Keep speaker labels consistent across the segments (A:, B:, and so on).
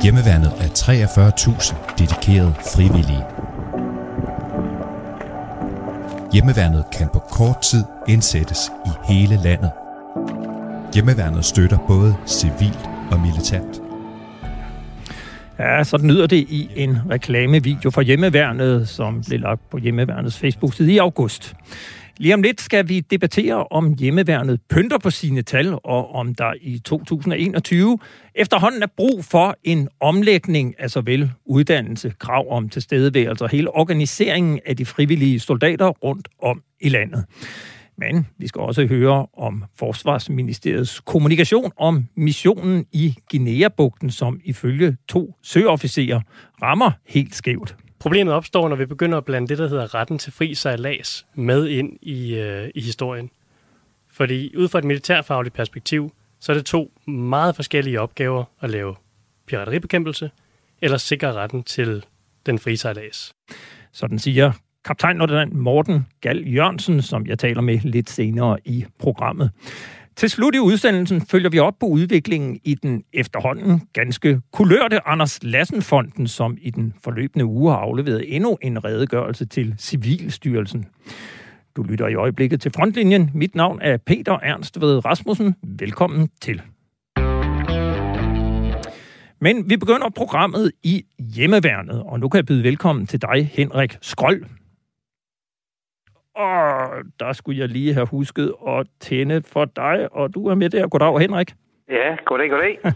A: Hjemmeværnet er 43.000 dedikerede frivillige. Hjemmeværnet kan på kort tid indsættes i hele landet. Hjemmeværnet støtter både civilt og militært.
B: Ja, sådan lyder det i en reklamevideo for Hjemmeværnet, som blev lagt på Hjemmeværnets Facebook-side i august. Lige om lidt skal vi debattere, om Hjemmeværnet pynter på sine tal, og om der i 2021 efterhånden er brug for en omlægning af såvel uddannelse, krav om tilstedeværelse og hele organiseringen af de frivillige soldater rundt om i landet. Men vi skal også høre om Forsvarsministeriets kommunikation om missionen i Guinea-bugten, som ifølge 2 søofficerer rammer helt skævt.
C: Problemet opstår, når vi begynder at blande det, der hedder retten til fri sejlads med ind i historien. Fordi ud fra et militærfagligt perspektiv, så er det 2 meget forskellige opgaver at lave pirateribekæmpelse eller sikre retten til den frie sejlads.
B: Sådan siger kaptajnløjtnant Morten Gall Jørgensen, som jeg taler med lidt senere i programmet. Til slut i udsendelsen følger vi op på udviklingen i den efterhånden ganske kulørte Anders Lassen-fonden, som i den forløbende uge har afleveret endnu en redegørelse til Civilstyrelsen. Du lytter i øjeblikket til Frontlinjen. Mit navn er Peter Ernst Ved Rasmussen. Velkommen til. Men vi begynder programmet i Hjemmeværnet, og nu kan jeg byde velkommen til dig, Henrik Skrold. Og der skulle jeg lige have husket at tænde for dig, og du er med der. Goddag, Henrik.
D: Ja, goddag.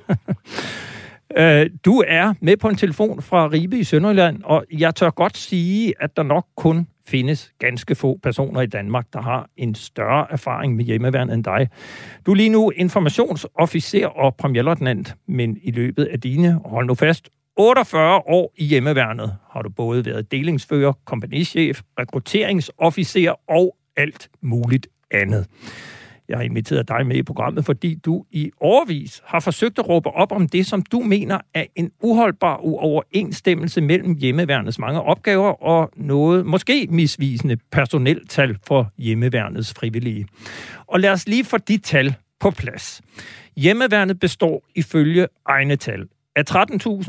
B: Du er med på en telefon fra Ribe i Sønderjylland, og jeg tør godt sige, at der nok kun findes ganske få personer i Danmark, der har en større erfaring med Hjemmeværnet end dig. Du er lige nu informationsofficer og premierløjtnant, men i løbet af dine, hold nu fast, 48 år i Hjemmeværnet har du både været delingsfører, kompagnichef, rekrutteringsofficer og alt muligt andet. Jeg har inviteret dig med i programmet, fordi du i årevis har forsøgt at råbe op om det, som du mener er en uholdbar uoverensstemmelse mellem Hjemmeværnets mange opgaver og noget måske misvisende personeltal for Hjemmeværnets frivillige. Og lad os lige få de tal på plads. Hjemmeværnet består ifølge egne tal af 13.991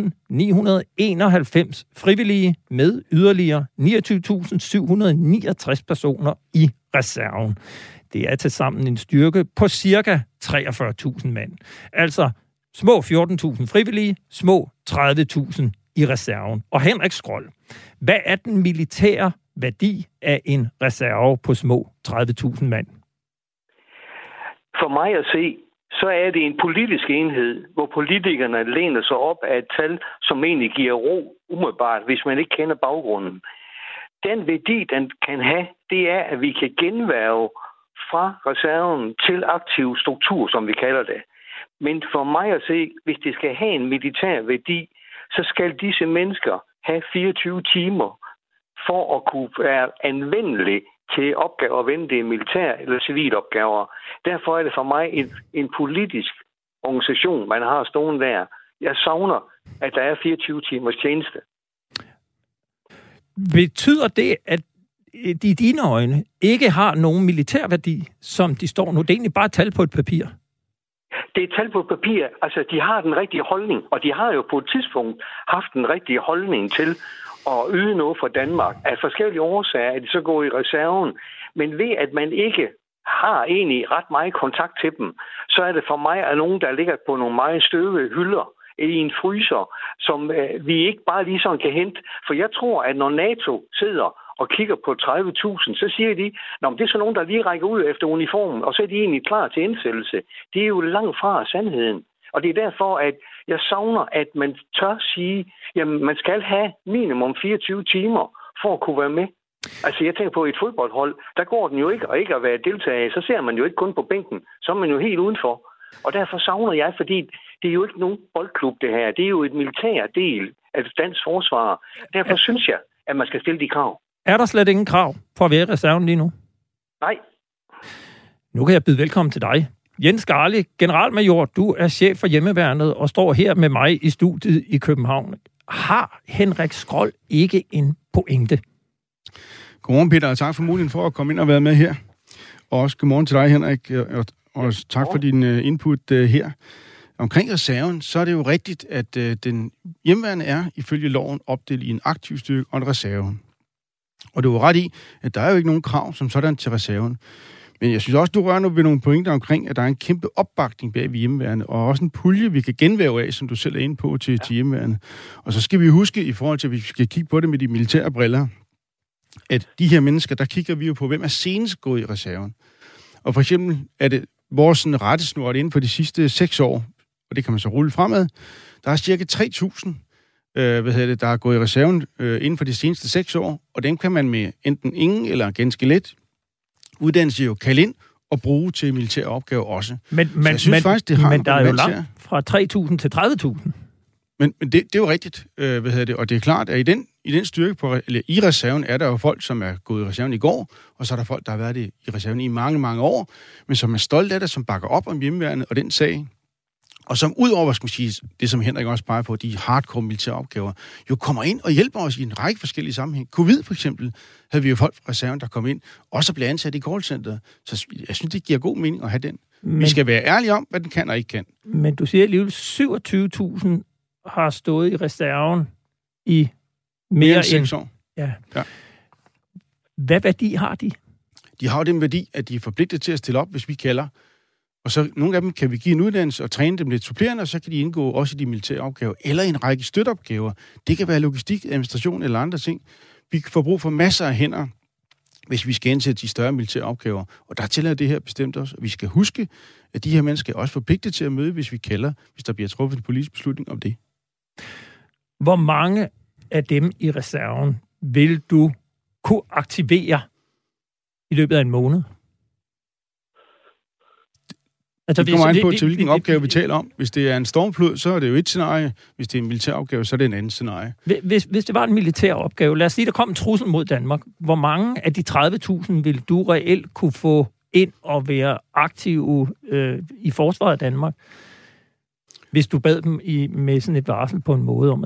B: frivillige med yderligere 29.769 personer i reserven. Det er tilsammen en styrke på cirka 43.000 mand. Altså små 14.000 frivillige, små 30.000 i reserven. Og Henrik Skrold, hvad er den militære værdi af en reserve på små 30.000 mand?
D: For mig at se, så er det en politisk enhed, hvor politikerne læner sig op af et tal, som egentlig giver ro umiddelbart, hvis man ikke kender baggrunden. Den værdi, den kan have, det er, at vi kan genværge fra reserven til aktiv struktur, som vi kalder det. Men for mig at se, hvis det skal have en militær værdi, så skal disse mennesker have 24 timer for at kunne være anvendelige til opgaver, vende det militær eller civil opgaver. Derfor er det for mig en politisk organisation, man har stående der. Jeg savner, at der er 24 timers tjeneste.
B: Betyder det, at de i dine øjne ikke har nogen militærværdi, som de står nu? Det er egentlig bare tal på et papir.
D: Det er tal på et papir. Altså, de har den rigtige holdning, og de har jo på et tidspunkt haft den rigtige holdning til at yde noget for Danmark. Af forskellige årsager er de så gået i reserven. Men ved at man ikke har egentlig ret meget kontakt til dem, så er det for mig at nogen, der ligger på nogle meget støvede hylder i en fryser, som vi ikke bare lige sådan kan hente. For jeg tror, at når NATO sidder og kigger på 30.000, så siger de, at det er så nogen, der lige rækker ud efter uniformen, og så er de egentlig klar til indsættelse. Det er jo langt fra sandheden. Og det er derfor, at jeg savner, at man tør sige, at man skal have minimum 24 timer for at kunne være med. Altså jeg tænker på et fodboldhold, der går den jo ikke at være deltager, så ser man jo ikke kun på bænken, så er man jo helt udenfor. Og derfor savner jeg, fordi det er jo ikke nogen boldklub det her, det er jo et militær del af dansk forsvar. Derfor synes jeg, at man skal stille de krav.
B: Er der slet ingen krav for at være i reserven lige nu?
D: Nej.
B: Nu kan jeg byde velkommen til dig. Jens Skarli, generalmajor, du er chef for Hjemmeværnet og står her med mig i studiet i København. Har Henrik Skrold ikke en pointe?
E: Godmorgen, Peter, og tak for muligheden for at komme ind og være med her. Og også godmorgen til dig, Henrik, og tak for din input her. Omkring reserven, så er det jo rigtigt, at den hjemmeværende er ifølge loven opdelt i en aktiv styrke og en reserve. Og du var ret i, at der er jo ikke nogen krav som sådan til reserven. Men jeg synes også, du rører nu ved nogle pointer omkring, at der er en kæmpe opbakning bag ved hjemmeværende, og også en pulje, vi kan genvæve af, som du selv er inde på, til hjemmeværende. Og så skal vi huske, i forhold til, at vi skal kigge på det med de militære briller, at de her mennesker, der kigger vi jo på, hvem er senest gået i reserven. Og for eksempel er det vores rettesnor inden for de sidste 6 år, og det kan man så rulle fremad. Der er cirka 3.000, der er gået i reserven inden for de seneste 6 år, og dem kan man med enten ingen eller ganske let uddannelse jo kalde ind og bruge til militære opgaver også.
B: Men der er jo langt fra 3.000 til 30.000.
E: Men det er jo rigtigt, og det er klart, at i den styrke i reserven er der jo folk, som er gået i reserven i går, og så er der folk, der har været i reserven i mange, mange år, men som er stolte af det, som bakker op om hjemmeværnet og den sag, og som udover, det som Henrik også peger på, de hardcore militære opgaver, jo kommer ind og hjælper os i en række forskellige sammenhæng. Covid for eksempel, havde vi jo folk fra reserven, der kom ind, også blev ansat i callcenteret. Så jeg synes, det giver god mening at have den. Vi skal være ærlige om, hvad den kan og ikke kan.
B: Men du siger alligevel, 27.000 har stået i reserven i mere end
E: 6 år.
B: Ja. Hvad værdi har de?
E: De har jo den værdi, at de er forpligtet til at stille op, hvis vi kalder. Og så nogle af dem kan vi give en uddannelse og træne dem lidt supplerende, og så kan de indgå også i de militære opgaver, eller i en række støtteopgaver. Det kan være logistik, administration eller andre ting. Vi kan få brug for masser af hænder, hvis vi skal indsætte de større militære opgaver. Og der tillader det her bestemt også. Vi skal huske, at de her mennesker er også forpligtet til at møde, hvis vi kalder, hvis der bliver truffet en politisk beslutning om det.
B: Hvor mange af dem i reserven vil du kunne aktivere i løbet af en måned?
E: Altså, det kommer an på, til hvilken opgave vi taler om. Hvis det er en stormflod, så er det jo et scenarie. Hvis det er en militær opgave, så er det en anden scenarie.
B: Hvis det var en militær opgave, lad os sige, der kom en trussel mod Danmark. Hvor mange af de 30.000 vil du reelt kunne få ind og være aktive i forsvaret af Danmark, hvis du bad dem med sådan et varsel på en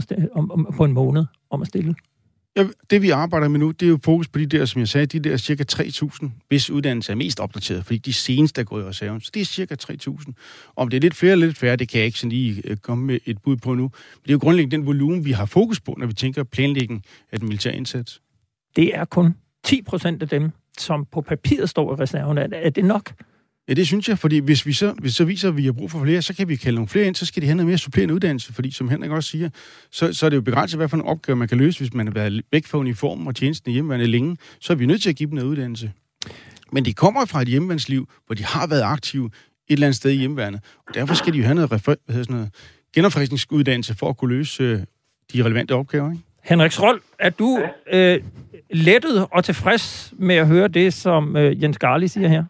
B: måned om at stille?
E: Ja, det vi arbejder med nu, det er jo fokus på de der, som jeg sagde, de der cirka 3.000, hvis uddannelse er mest opdateret, fordi de seneste er gået i reserven. Så det er cirka 3.000. Om det er lidt flere eller lidt færre, det kan jeg ikke sådan lige komme med et bud på nu. Men det er jo grundlæggende den volumen, vi har fokus på, når vi tænker planlægning af den militære indsats.
B: Det er kun 10% af dem, som på papiret står i reserven. Er det nok?
E: Ja, det synes jeg, fordi hvis vi så viser, at vi har brug for flere, så kan vi kalde nogle flere ind, så skal de have noget mere supplerende uddannelse, fordi som Henrik også siger, så er det jo begrænset, hvad for en opgave man kan løse, hvis man har været væk fra uniformen og tjenesten i hjemmeværende længe, så er vi nødt til at give dem noget uddannelse. Men de kommer fra et hjemmeværnsliv, hvor de har været aktive et eller andet sted i hjemmeværende, og derfor skal de jo have noget genopfriskningsuddannelse for at kunne løse de relevante opgaver, ikke?
B: Henrik Schroll, er du lettet og tilfreds med at høre det, som Jens Garli siger her?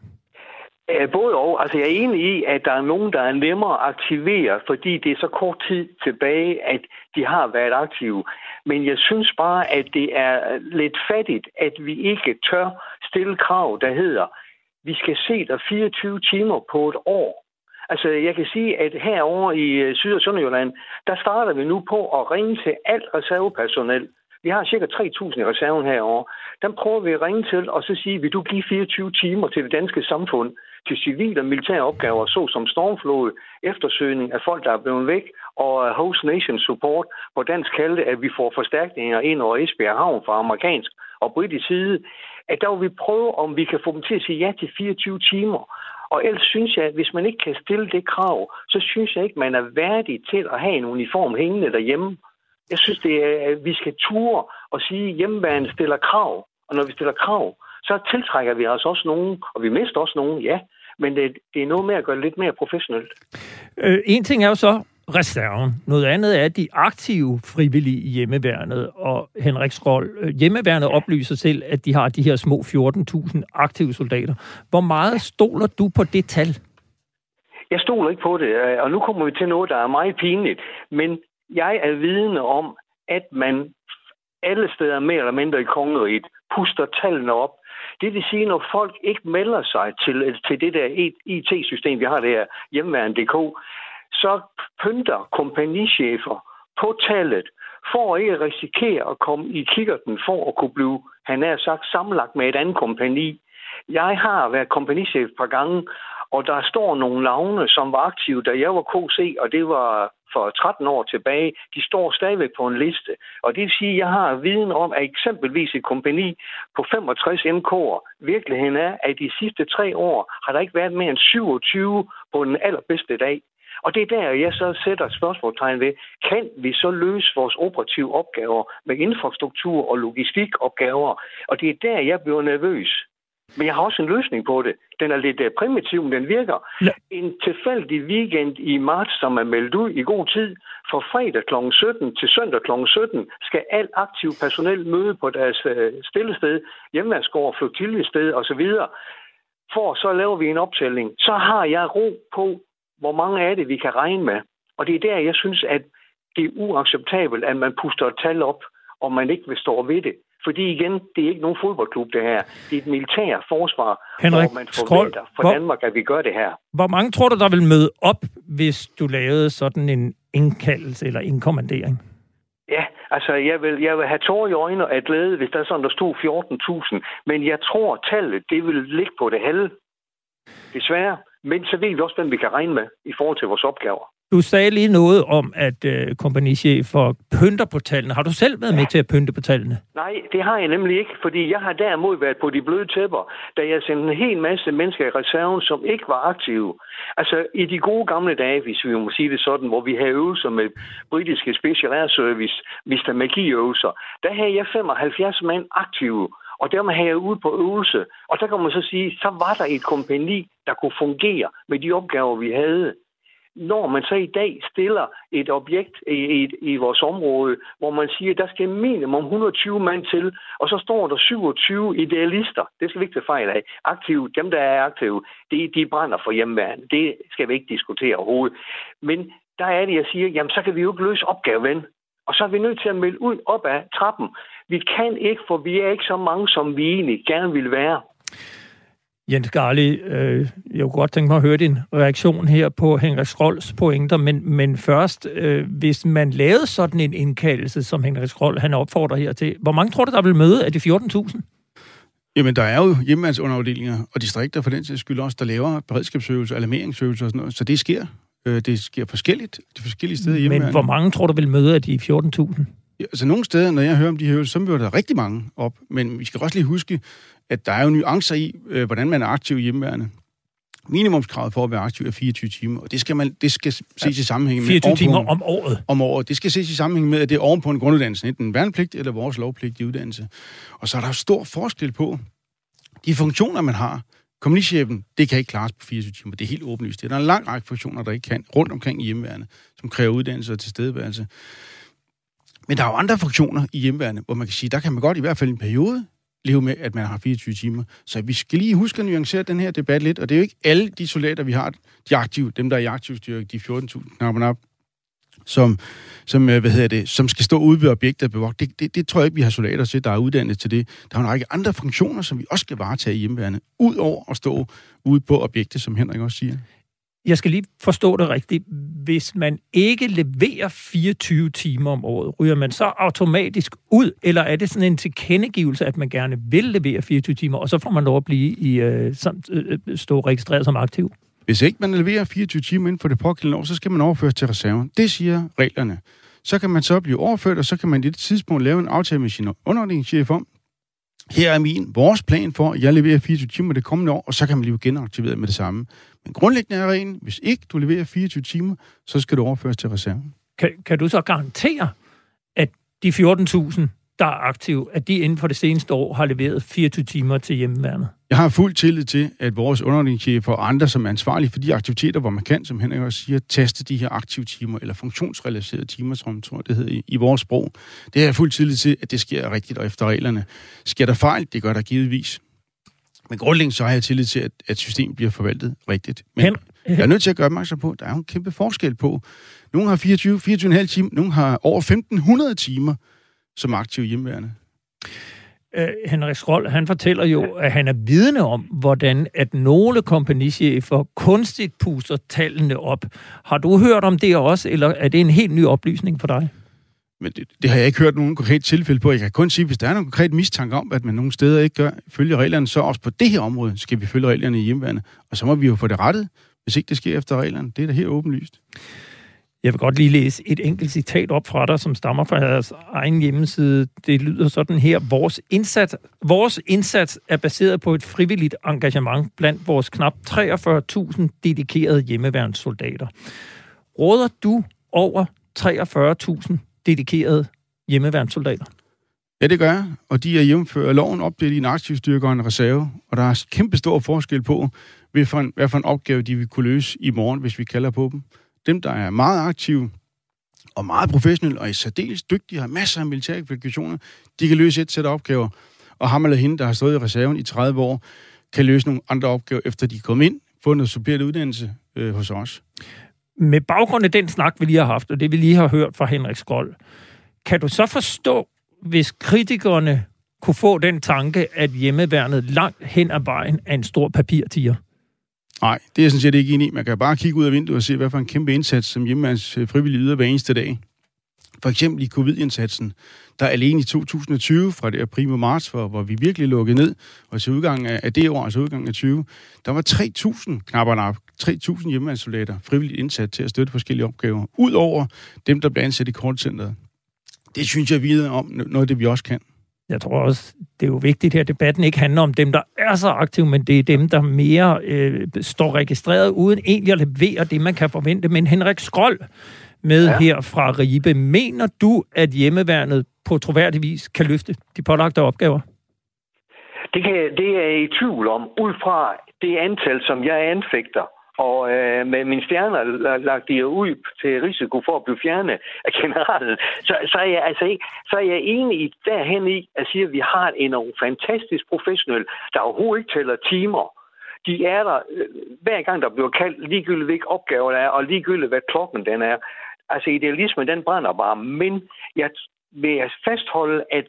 D: Både og. Altså, jeg er enig i, at der er nogen, der er nemmere at aktivere, fordi det er så kort tid tilbage, at de har været aktive. Men jeg synes bare, at det er lidt fattigt, at vi ikke tør stille krav, der hedder, vi skal se der 24 timer på et år. Altså, jeg kan sige, at herovre i Syd- og Sønderjylland, der starter vi nu på at ringe til alt reservepersonel. Vi har cirka 3.000 i reserven herovre. Dem prøver vi at ringe til, og så sige, vil du give 24 timer til det danske samfund, til civile og militære opgaver, såsom stormflod, eftersøgning af folk, der er blevet væk, og host nation support, på dansk kalde, at vi får forstærkninger ind over Esbjerg Havn fra amerikansk og britisk side, at der vil vi prøve, om vi kan få dem til at sige ja til 24 timer. Og ellers synes jeg, at hvis man ikke kan stille det krav, så synes jeg ikke, man er værdig til at have en uniform hængende derhjemme. Jeg synes, at vi skal ture og sige, at hjemmeværende stiller krav. Og når vi stiller krav, så tiltrækker vi altså også nogen, og vi mister også nogen, ja. Men det er noget med at gøre det lidt mere professionelt.
B: En ting er jo så reserven. Noget andet er de aktive frivillige i hjemmeværnet. Og Henrik Schroll, hjemmeværnet oplyser selv, at de har de her små 14.000 aktive soldater. Hvor meget stoler du på det tal? Jeg
D: stoler ikke på det, og nu kommer vi til noget, der er meget pinligt. Men jeg er vidende om, at man alle steder mere eller mindre i kongeriget puster tallene op. Det vil sige, når folk ikke melder sig til det der IT-system, vi har det her hjemmeværende.dk, så pynter kompagnichefer på tallet for at ikke risikere at komme i kikkerten for at kunne blive, han er sagt, sammenlagt med et andet kompagni. Jeg har været kompagnichef et par gange, Og der står nogle navne, som var aktive, da jeg var KC, og det var for 13 år tilbage. De står stadigvæk på en liste. Og det vil sige, at jeg har viden om, at eksempelvis et kompagni på 65 MK'er, virkeligheden er, at de sidste 3 år har der ikke været mere end 27 på den allerbedste dag. Og det er der, jeg så sætter spørgsmålstegn ved, kan vi så løse vores operative opgaver med infrastruktur og logistikopgaver? Og det er der, jeg bliver nervøs. Men jeg har også en løsning på det. Den er lidt primitiv, men den virker. Ja. En tilfældig weekend i marts, som er meldt ud i god tid, fra fredag kl. 17 til søndag kl. 17, skal alt aktiv personel møde på deres stillested, hjemmeværnsgård, flottiljested osv. For så laver vi en optælling. Så har jeg ro på, hvor mange af det vi kan regne med. Og det er der, jeg synes, at det er uacceptabelt, at man puster et tal op, og man ikke vil stå ved det. Fordi igen, det er ikke nogen fodboldklub, det her. Det er et militært forsvar,
B: Henrik,
D: hvor man forventer for Danmark, at vi gør det her.
B: Hvor mange tror du, der vil møde op, hvis du lavede sådan en indkaldelse eller inkommandering?
D: Ja, altså jeg vil have tårer i øjnene af glæde, hvis der er sådan, der stod 14.000. Men jeg tror, tallet, det vil ligge på det halve. Desværre. Men så ved vi også, hvem vi kan regne med i forhold til vores opgaver.
B: Du sagde lige noget om, at kompagnichefer pynter på tallene. Har du selv været med til at pynte på tallene? Nej,
D: det har jeg nemlig ikke, fordi jeg har derimod været på de bløde tæpper, da jeg sendte en hel masse mennesker i reserven, som ikke var aktive. Altså i de gode gamle dage, hvis vi må sige det sådan, hvor vi havde øvelser med britiske Special Air Service, Mr. McGee-øvelser, der havde jeg 75 mand aktive. Og dermed havde jeg ude på øvelse. Og så kan man så sige, så var der et kompagni, der kunne fungere med de opgaver, vi havde. Når man så i dag stiller et objekt i vores område, hvor man siger, at der skal minimum 120 mand til, og så står der 27 idealister. Det skal vi ikke tage fejl af. Aktive, dem, der er aktive, de brænder for hjemmeværende. Det skal vi ikke diskutere overhovedet. Men der er det, jeg siger, jamen så kan vi jo ikke løse opgaven. Og så er vi nødt til at melde ud op ad trappen. Vi kan ikke, for vi er ikke så mange, som vi egentlig gerne vil være.
B: Jens Garli, jeg kunne godt tænke mig at høre din reaktion her på Henrik Schrolds pointer, men først, hvis man lavede sådan en indkaldelse, som Henrik Schrold han opfordrer her til, hvor mange tror du, der vil møde af de 14.000?
E: Jamen, der er jo hjemmeværnsunderafdelinger og distrikter for den sags skyld også, der laver beredskabsøvelser, alarmeringsøvelser og sådan noget, så det sker. Det sker forskelligt, de forskellige steder i hjemmeværnet.
B: Men hvor mange tror du vil møde af de 14.000?
E: Ja, altså nogle steder, når jeg hører om de her, så møder der rigtig mange op. Men vi skal også lige huske, at der er jo nuancer i, hvordan man er aktiv i hjemmeværnet. Minimumskravet for at være aktiv er 24 timer, og det skal ses i sammenhæng med...
B: 24 timer om året?
E: Om året. Det skal ses i sammenhæng med, at det er oven på en grunduddannelse, enten værnepligt eller vores lovpligtige uddannelse. Og så er der stor forskel på de funktioner, man har. Kompagnichefen, det kan ikke klares på 24 timer. Det er helt åbenlyst. Der er en lang række funktioner, der ikke kan rundt omkring i hjemmeværnet, som kræver uddannelse og tilstedeværelse. Men der er jo andre funktioner i hjemmeværnet, hvor man kan sige, der kan man godt i hvert fald en periode leve med, at man har 24 timer. Så vi skal lige huske at nuancere den her debat lidt, og det er jo ikke alle de soldater, vi har, de aktive, dem der er i aktivstyrke, de 14.000 knapper op, som skal stå ude ved objekter og bevogte. Det tror jeg ikke, vi har soldater til, der er uddannet til det. Der er en række andre funktioner, som vi også skal varetage i hjemmeværnet, ud over at stå ude på objekter, som Henrik også siger.
B: Jeg skal lige forstå det rigtigt. Hvis man ikke leverer 24 timer om året, ryger man så automatisk ud, eller er det sådan en tilkendegivelse, at man gerne vil levere 24 timer, og så får man lov at blive stå registreret som aktiv?
E: Hvis ikke man leverer 24 timer inden for det pågældende år, så skal man overføres til reserven. Det siger reglerne. Så kan man så blive overført, og så kan man i det tidspunkt lave en aftale med sin underordningschef om, her er vores plan for, at jeg leverer 24 timer det kommende år, og så kan man blive genaktiveret med det samme. Men grundlæggende er reglen, hvis ikke du leverer 24 timer, så skal du overføres til reserven.
B: Kan du så garantere, at de 14.000, der er aktive, at de inden for det seneste år har leveret 24 timer til hjemmeværnet?
E: Jeg har fuld tillid til, at vores underordningschefer og andre, som er ansvarlige for de aktiviteter, hvor man kan, som Henrik også siger, teste de her aktive timer, eller funktionsrelaterede timer, som jeg tror, det hedder i vores sprog. Det har jeg fuld tillid til, at det sker rigtigt og efter reglerne. Sker der fejl? Det gør der givetvis. Men grundlæggende så har jeg tillid til, at systemet bliver forvaltet rigtigt. Men jeg er nødt til at gøre opmærksom på, at der er en kæmpe forskel på. Nogle har 24,5 timer, nogle har over 1.500 timer som aktive hjemmeværende.
B: Henrik Schrold, han fortæller jo, at han er vidne om, hvordan at nogle kompagnichefer kunstigt puster tallene op. Har du hørt om det også, eller er det en helt ny oplysning for dig?
E: Men det har jeg ikke hørt nogen konkret tilfælde på. Jeg kan kun sige, hvis der er nogen konkret mistanke om, at man nogle steder ikke følger reglerne, så også på det her område skal vi følge reglerne i hjemmeværnet. Og så må vi jo få det rettet, hvis ikke det sker efter reglerne. Det er da helt åbenlyst.
B: Jeg vil godt lige læse et enkelt citat op fra dig, som stammer fra jeres egen hjemmeside. Det lyder sådan her. Vores indsats er baseret på et frivilligt engagement blandt vores knap 43.000 dedikerede hjemmeværnssoldater. Råder du over 43.000 dedikerede hjemmeværnssoldater?
E: Ja, det gør jeg. Og de er jævnfører loven opdelt i en aktiv styrke og en reserve. Og der er kæmpe stor forskel på, hvad for en opgave de vil kunne løse i morgen, hvis vi kalder på dem. Dem, der er meget aktive og meget professionelle og i særdeles dygtige, har masser af militære kvalifikationer, de kan løse et sæt opgaver. Og ham eller hende, der har stået i reserven i 30 år, kan løse nogle andre opgaver, efter de er kommet ind, få noget supplerende uddannelse hos os.
B: Med baggrund af den snak, vi lige har haft, og det vi lige har hørt fra Henrik Skold, kan du så forstå, hvis kritikerne kunne få den tanke, at hjemmeværnet langt hen ad vejen er en stor papirtiger?
E: Nej, det er jeg sådan set ikke enig i. Man kan bare kigge ud af vinduet og se, hvad for en kæmpe indsats, som hjemmeværns frivillige yder hver eneste dag. For eksempel i covid-indsatsen, der alene i 2020, fra det primo marts, hvor vi virkelig lukkede ned, og til udgangen af det år, altså udgangen af 20, der var 3.000 hjemmeværnssoldater frivilligt indsat til at støtte forskellige opgaver, ud over dem, der blev ansat i kortcenteret. Det synes jeg videre om noget af det, vi også kan.
B: Jeg tror også, det er jo vigtigt her, at debatten ikke handler om dem, der er så aktive, men det er dem, der mere står registreret, uden egentlig at levere det, man kan forvente. Men Henrik Skold med her fra Ribe. Mener du, at hjemmeværnet på troværdig vis kan løfte de pålagte opgaver?
D: Det er jeg i tvivl om, ud fra det antal, som jeg anfægter. Og med mine stjerner lagt de ud til risiko for at blive fjernet af generalen, så er jeg enig derhen i at sige, at vi har en fantastisk professionel, der overhovedet ikke tæller timer. De er der hver gang, der bliver kaldt, ligegyldigt hvilke opgaver der er, og ligegyldigt hvad klokken den er. Altså idealismen, den brænder bare, men jeg vil fastholde, at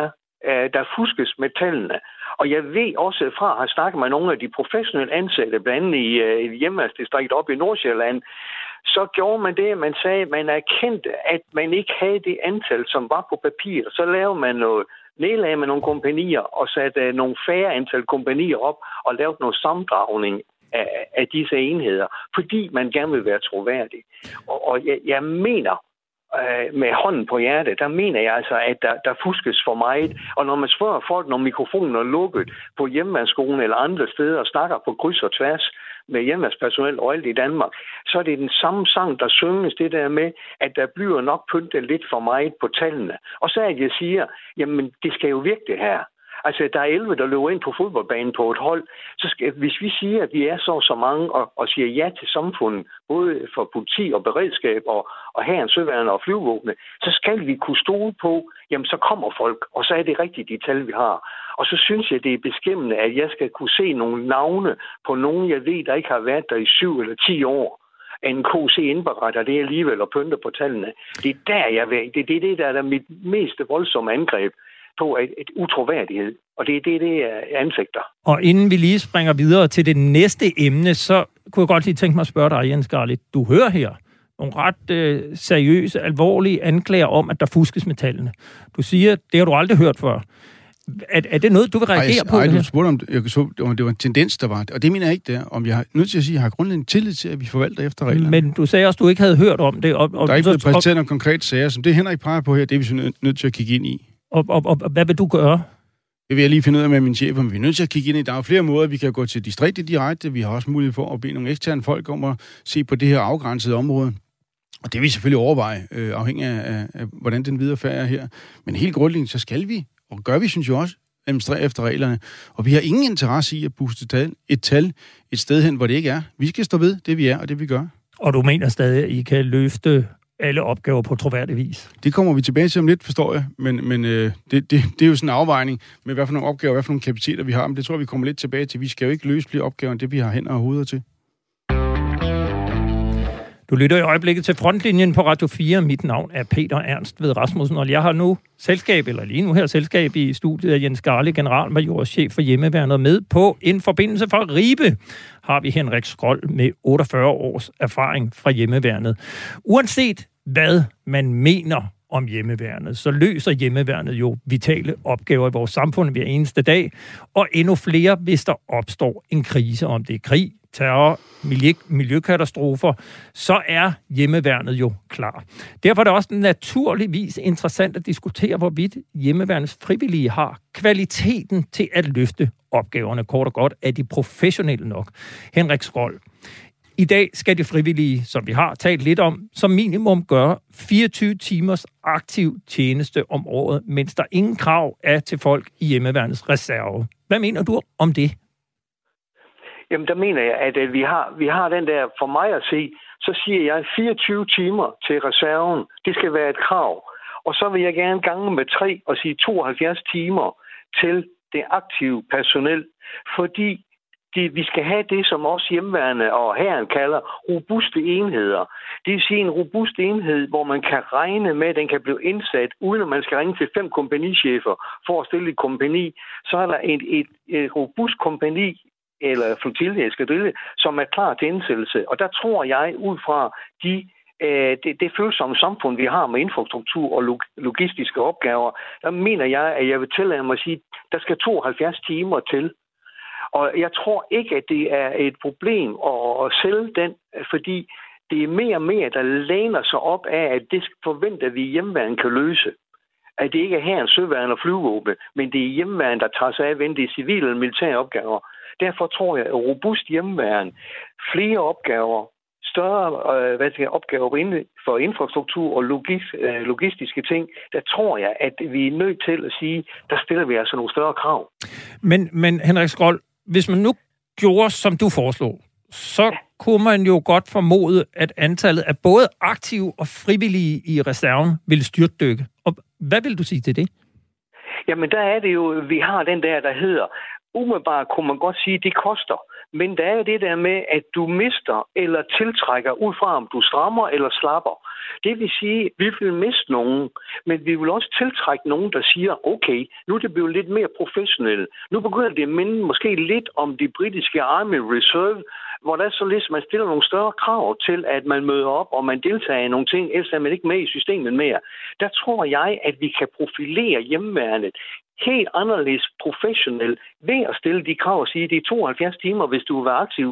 D: der fuskes med tallene. Og jeg ved også fra at have snakket med nogle af de professionelle ansatte, blandt andet i et hjemmeværnsdistrikt oppe i Nordsjælland, så gjorde man det, man sagde, at man erkendte, at man ikke havde det antal, som var på papir. Så lavede man noget, nedlagde med nogle kompagnier og satte nogle færre antal kompagnier op og lavede noget sammendragning af disse enheder, fordi man gerne vil være troværdig. Og jeg mener, med hånden på hjertet, der mener jeg altså, at der fuskes for meget. Og når man spørger folk, når mikrofonen er lukket på hjemmeværnsskolen eller andre steder og snakker på kryds og tværs med hjemmeværnspersonel og alt i Danmark, så er det den samme sang, der synges, det der med, at der bliver nok pyntet lidt for meget på tallene. Og så er jeg siger, jamen det skal jo virke det her. Altså, der er 11, der løber ind på fodboldbanen på et hold. Så hvis vi siger, at vi er så mange og siger ja til samfundet, både for politi og beredskab og hæren, søværnet og flyvevåbne, så skal vi kunne stole på, jamen så kommer folk, og så er det rigtigt de tal, vi har. Og så synes jeg, det er beskæmmende, at jeg skal kunne se nogle navne på nogen, jeg ved, der ikke har været der i 7 eller 10 år. En KC indberetter det alligevel og pynter på tallene. Det er der, jeg ved. Det er det, der er mit mest voldsomme angreb på et utroværdighed, og det er det, jeg anfægter.
B: Og inden vi lige springer videre til det næste emne, så kunne jeg godt lige tænke mig at spørge dig, Jens Skarlit. Du hører her nogle ret seriøse, alvorlige anklager om, at der fuskes med tallene. Du siger, det har du aldrig hørt før. Er det noget, du vil reagere på?
E: Nej, du spurgte om det var en tendens, der var. Og det mener jeg ikke, det. Om jeg har nødt til at sige, at jeg har grundlæggende tillid til, at vi forvalter efter reglerne.
B: Men du sagde også, at du ikke havde hørt om det.
E: Og der er ikke blevet præsenteret nogle konkrete sager, som det Henrik peger på her, det er vi så nødt til at kigge ind i.
B: Og hvad vil du gøre?
E: Det vil jeg lige finde ud af med min chef, om vi er nødt til at kigge ind i. Der er jo flere måder, vi kan gå til distriktet direkte. Vi har også mulighed for at bede nogle eksterne folk om at se på det her afgrænsede område. Og det vil selvfølgelig overveje, afhængig af hvordan den videre færd er her. Men helt grundlæggende, så skal vi, og gør vi, synes jeg også, administrere efter reglerne. Og vi har ingen interesse i at booste et tal et sted hen, hvor det ikke er. Vi skal stå ved det, vi er, og det vi gør. Og
B: du mener stadig, at I kan løfte alle opgaver på troværdig vis?
E: Det kommer vi tilbage til om lidt, forstår jeg. Men det er jo sådan en afvejning med, hvad for nogle opgaver, hvad for nogle kapaciteter vi har. Men det tror jeg, vi kommer lidt tilbage til. Vi skal jo ikke løse flere opgaver, end det vi har hænder og hoveder til.
B: Du lytter i øjeblikket til Frontlinjen på Radio 4. Mit navn er Peter Ernst ved Rasmussen, og jeg har nu lige nu her selskab i studiet af Jens Skarlit, generalmajor, chef for hjemmeværnet, med på en forbindelse fra Ribe. Har vi Henrik Skold med 48 års erfaring fra hjemmeværnet. Uanset hvad man mener om hjemmeværnet, så løser hjemmeværnet jo vitale opgaver i vores samfund hver eneste dag, og endnu flere, hvis der opstår en krise, om det er krig, terror, miljøkatastrofer, så er hjemmeværnet jo klar. Derfor er det også naturligvis interessant at diskutere, hvorvidt hjemmeværnets frivillige har kvaliteten til at løfte opgaverne. Kort og godt, er de professionelle nok? Henrik Skrold. I dag skal de frivillige, som vi har talt lidt om, som minimum gøre 24 timers aktiv tjeneste om året, mens der ingen krav er til folk i hjemmeværnets reserve. Hvad mener du om det?
D: Jamen, der mener jeg, at vi har den der, for mig at se, så siger jeg 24 timer til reserven. Det skal være et krav. Og så vil jeg gerne gange med 3 og sige 72 timer til det aktive personel. Fordi vi skal have det, som også hjemmeværende og hæren kalder robuste enheder. Det vil sige en robust enhed, hvor man kan regne med, at den kan blive indsat, uden at man skal ringe til 5 kompagnichefer for at stille et kompagni. Så er der et robust kompagni, eller flotilje, eskadrille, som er klar til indsættelse. Og der tror jeg, ud fra det følsomme samfund, vi har med infrastruktur og logistiske opgaver, der mener jeg, at jeg vil tillade mig at sige, at der skal 72 timer til. Og jeg tror ikke, at det er et problem at sælge den, fordi det er mere og mere, der læner sig op af, at det forventer vi hjemmeværende kan løse. At det ikke er her en søværn og flyvåben, men det er hjemmeværende, der tager sig af, enten det er civile eller militære opgaver. Derfor tror jeg, at robust hjemmeværn, flere opgaver, større opgaver for infrastruktur og logistiske ting, der tror jeg, at vi er nødt til at sige, der stiller vi altså nogle større krav.
B: Men Henrik Skrold, hvis man nu gjorde, som du foreslog, så kunne man jo godt formode, at antallet af både aktive og frivillige i reserven ville styrtdykke. Og hvad vil du sige til det?
D: Jamen, der er det jo, vi har den der hedder, umiddelbart kunne man godt sige, at det koster. Men der er jo det der med, at du mister eller tiltrækker ud fra, om du strammer eller slapper. Det vil sige, at vi vil miste nogen, men vi vil også tiltrække nogen, der siger, okay, nu er det blevet lidt mere professionelt. Nu begynder det at minde måske lidt om de britiske Army Reserve, hvor der så lidt, man stiller nogle større krav til, at man møder op, og man deltager i nogle ting, ellers er man ikke med i systemet mere. Der tror jeg, at vi kan profilere hjemmeværnet helt anderledes professionelt ved at stille de krav og sige, at det er 72 timer, hvis du vil være aktiv.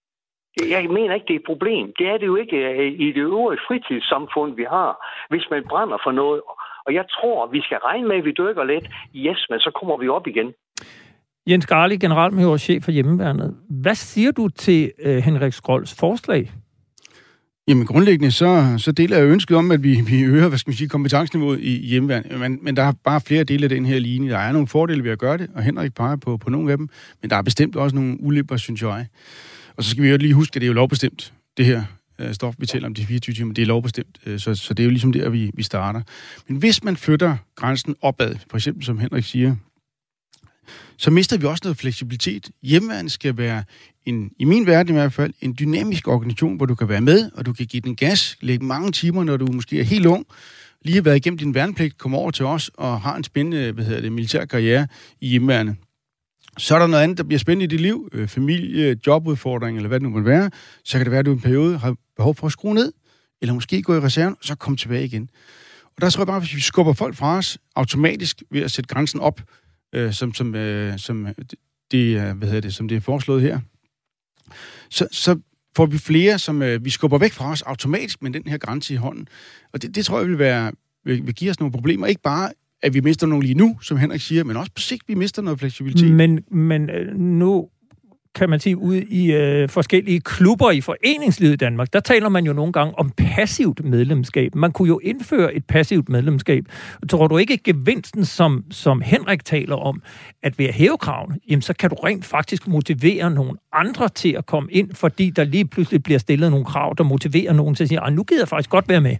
D: Jeg mener ikke, det er et problem. Det er det jo ikke i det øvrige fritidssamfund, vi har, hvis man brænder for noget. Og jeg tror, vi skal regne med, at vi dykker lidt. Yes, men så kommer vi op igen.
B: Jens Garli, generalmajor, chef for hjemmeværnet. Hvad siger du til Henrik Skrolds forslag?
E: Jamen grundlæggende, så deler jeg ønsket om, at vi øger, kompetenceniveauet i hjemmeværnet. Men der er bare flere dele af den her linje. Der er nogle fordele ved at gøre det, og Henrik peger på nogle af dem. Men der er bestemt også nogle ulemper, synes jeg. Og så skal vi jo lige huske, at det er jo lovbestemt, det her stof, vi taler om de 24 timer. Det er lovbestemt, så det er jo ligesom der, vi starter. Men hvis man flytter grænsen opad, for eksempel som Henrik siger, så mister vi også noget fleksibilitet. Hjemmeværnet skal være, i min verden i hvert fald, en dynamisk organisation, hvor du kan være med, og du kan give den gas, lægge mange timer, når du måske er helt ung, lige har været igennem din værnepligt, kommer over til os og har en spændende militær karriere i hjemmeværnet. Så er der noget andet, der bliver spændende i dit liv, familie, jobudfordring, eller hvad det nu må være, så kan det være, at du i en periode har behov for at skrue ned, eller måske gå i reserven, og så komme tilbage igen. Og der tror jeg bare, hvis vi skubber folk fra os automatisk ved at sætte grænsen op, som det er foreslået her, så får vi flere, som vi skubber væk fra os automatisk med den her grænse i hånden. Og det tror jeg vil give os nogle problemer. Ikke bare, at vi mister nogle lige nu, som Henrik siger, men også på sigt, vi mister noget fleksibilitet.
B: Men nu kan man sige, ude i forskellige klubber i foreningslivet i Danmark, der taler man jo nogle gange om passivt medlemskab. Man kunne jo indføre et passivt medlemskab. Tror du ikke, at gevinsten, som Henrik taler om, at ved at hæve kravene, jamen så kan du rent faktisk motivere nogle andre til at komme ind, fordi der lige pludselig bliver stillet nogle krav, der motiverer nogen til at sige, nu gider jeg faktisk godt være med.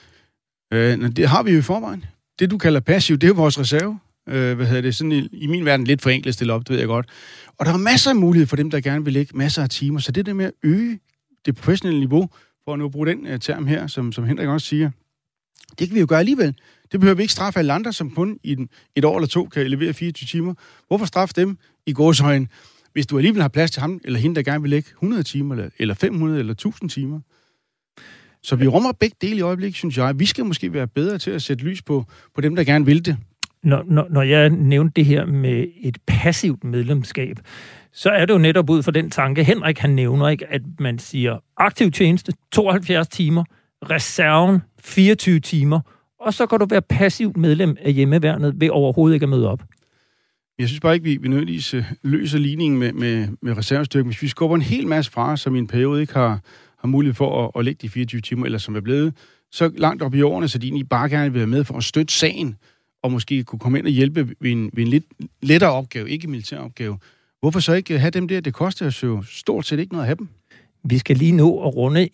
E: Det har vi jo i forvejen. Det, du kalder passivt, det er vores reserve. Sådan i min verden lidt for enkelt at stille op, det ved jeg godt. Og der er masser af mulighed for dem, der gerne vil lægge masser af timer. Så det der med at øge det professionelle niveau, for at nu bruge den term her, som Henrik også siger, det kan vi jo gøre alligevel. Det behøver vi ikke straffe alle andre, som kun i et år eller to kan levere 24 timer. Hvorfor straffe dem i gåsehøjen, hvis du alligevel har plads til ham eller hende, der gerne vil lægge 100 timer, eller 500 eller 1000 timer? Så vi rummer begge dele i øjeblikket, synes jeg. Vi skal måske være bedre til at sætte lys på dem, der gerne vil det.
B: Når jeg nævnte det her med et passivt medlemskab, så er det jo netop ud fra den tanke, Henrik han nævner, ikke, at man siger aktiv tjeneste 72 timer, reserven 24 timer, og så kan du være passivt medlem af hjemmeværnet ved overhovedet ikke at møde op.
E: Jeg synes bare ikke, vi nødvendigvis løser ligningen med reservestyrken. Hvis vi skubber en hel masse fra, som i en periode ikke har mulighed for at lægge de 24 timer, eller som er blevet så langt op i årene, så de egentlig bare gerne vil være med for at støtte sagen, og måske kunne komme ind og hjælpe ved en lidt lettere opgave, ikke en militær opgave. Hvorfor så ikke have dem der? Det koster os jo stort set ikke noget at have dem.
B: Vi skal lige nå at runde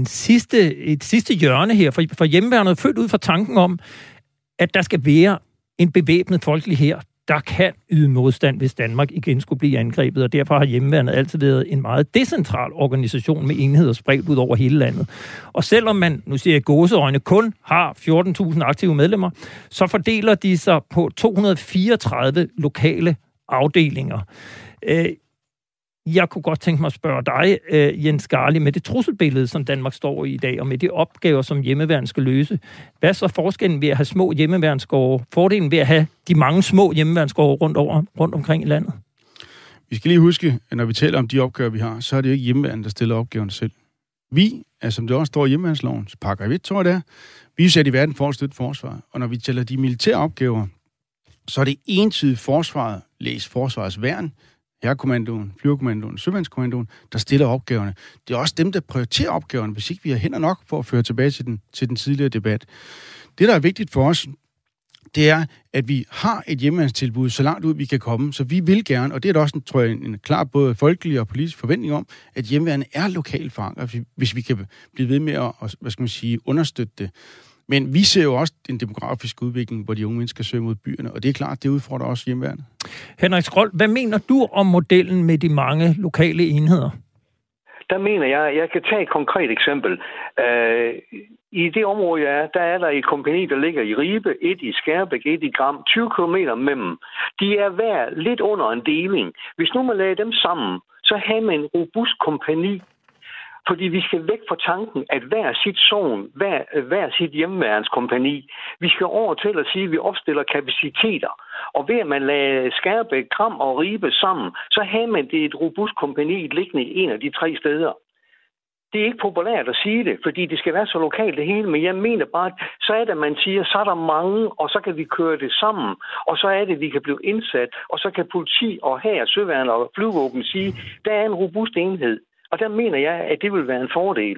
B: et sidste hjørne her, for hjemmeværnet er født ud fra tanken om, at der skal være en bevæbnet folkelig hær, der kan yde modstand, hvis Danmark igen skulle blive angrebet, og derfor har hjemmeværnet altid været en meget decentral organisation med enheder spredt ud over hele landet. Og selvom man, nu siger jeg gåseøjne, kun har 14.000 aktive medlemmer, så fordeler de sig på 234 lokale afdelinger. Jeg kunne godt tænke mig at spørge dig, Jens Skarli, med det trusselbillede, som Danmark står i dag, og med de opgaver, som hjemmeværn skal løse. Hvad er så forskellen ved at have små hjemmeværnsgårde? Fordelen ved at have de mange små hjemmeværnsgårde rundt omkring i landet?
E: Vi skal lige huske, at når vi taler om de opgaver, vi har, så er det jo ikke hjemmeværnet, der stiller opgaverne selv. Vi, som det også står i hjemmeværnsloven, paragraf 1, tror jeg det er, vi er sat i verden for at støtte forsvaret. Og når vi tæller de militære opgaver, så er det entydigt forsvaret, læs forsvarets værn, Hærkommandoen, Flyverkommandoen, Sømandskommandoen, der stiller opgaverne. Det er også dem, der prioriterer opgaverne, hvis ikke vi har hænder nok for at føre tilbage til den tidligere debat. Det, der er vigtigt for os, det er, at vi har et hjemmeværnstilbud så langt ud, vi kan komme. Så vi vil gerne, og det er da også, tror jeg, en klar både folkelig og politisk forventning om, at hjemmeværnet er lokalt forankret, hvis vi kan blive ved med at, understøtte det. Men vi ser jo også en demografisk udvikling, hvor de unge mennesker søger mod byerne, og det er klart, det udfordrer også hjemmeværnet.
B: Henrik Skrold, hvad mener du om modellen med de mange lokale enheder?
D: Der mener jeg kan tage et konkret eksempel. I det område, jeg er, der er der et kompagni, der ligger i Ribe, et i Skærbæk, et i Gram, 20 kilometer mellem. De er hver lidt under en deling. Hvis nu man lagde dem sammen, så har man en robust kompagni. Fordi vi skal væk fra tanken, at hver sit sogn, hver sit hjemmeværnskompagni, vi skal over til at sige, at vi opstiller kapaciteter. Og ved at man lader Skærbæk, Gram og Ribe sammen, så har man det et robust kompagni liggende i en af de 3 steder. Det er ikke populært at sige det, fordi det skal være så lokalt det hele, men jeg mener bare, at så er det, man siger, så er der mange, og så kan vi køre det sammen, og så er det, vi kan blive indsat, og så kan politi og hær, søværn og flyvåben sige, der er en robust enhed. Og der mener jeg, at det vil være en fordel.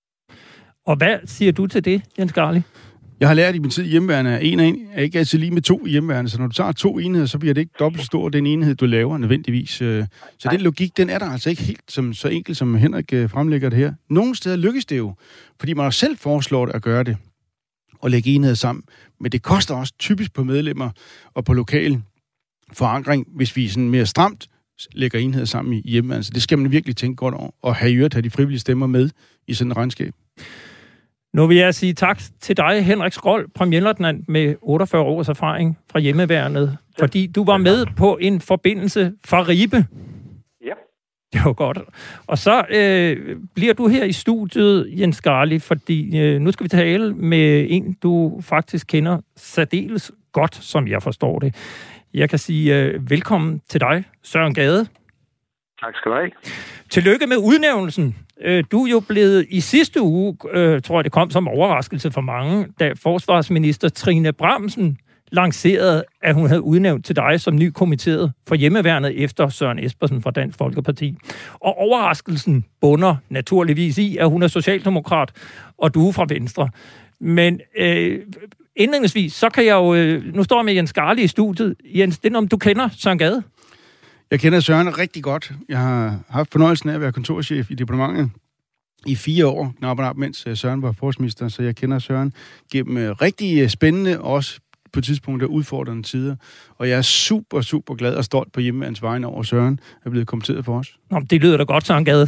B: Og hvad siger du til det, Jens Skarli?
E: Jeg har lært i min tid, at hjemmeværende er ikke altid lige med 2 hjemmeværende. Så når du tager 2 enheder, så bliver det ikke dobbelt så stor, den enhed, du laver nødvendigvis. Så den logik, den er der altså ikke helt så enkelt, som Henrik fremlægger det her. Nogle steder lykkes det jo, fordi man selv foreslår at gøre det og lægge enheder sammen. Men det koster også typisk på medlemmer og på lokal forankring, hvis vi sådan mere stramt lægger enheder sammen i hjemmeværnet. Så det skal man virkelig tænke godt over, og have de frivillige stemmer med i sådan et regnskab.
B: Nu vil jeg sige tak til dig, Henrik Skrold, premierløjtnant med 48 års erfaring fra hjemmeværnet, fordi du var med på en forbindelse fra Ribe.
D: Ja.
B: Det var godt. Og så bliver du her i studiet, Jens Skarli, fordi nu skal vi tale med en, du faktisk kender særdeles godt, som jeg forstår det. Jeg kan sige velkommen til dig, Søren Gade.
D: Tak skal du have.
B: Tillykke med udnævnelsen. Du er jo blevet i sidste uge, tror jeg det kom som overraskelse for mange, da forsvarsminister Trine Bramsen lancerede, at hun havde udnævnt til dig som ny kommitteret for hjemmeværnet efter Søren Espersen fra Dansk Folkeparti. Og overraskelsen bunder naturligvis i, at hun er socialdemokrat, og du er fra Venstre. Men indledningsvis, så kan jeg jo... Nu står jeg med Jens Skarli i studiet. Jens, det er om du kender Søren Gade?
E: Jeg kender Søren rigtig godt. Jeg har haft fornøjelsen af at være kontorchef i departementet i 4 år, mens Søren var forsvarsminister, så jeg kender Søren gennem rigtig spændende, også på tidspunkter udfordrende tider. Og jeg er super, super glad og stolt på hjemmeværnets vegne over Søren er blevet kommenteret for os.
B: Nå, det lyder da godt, Søren Gade.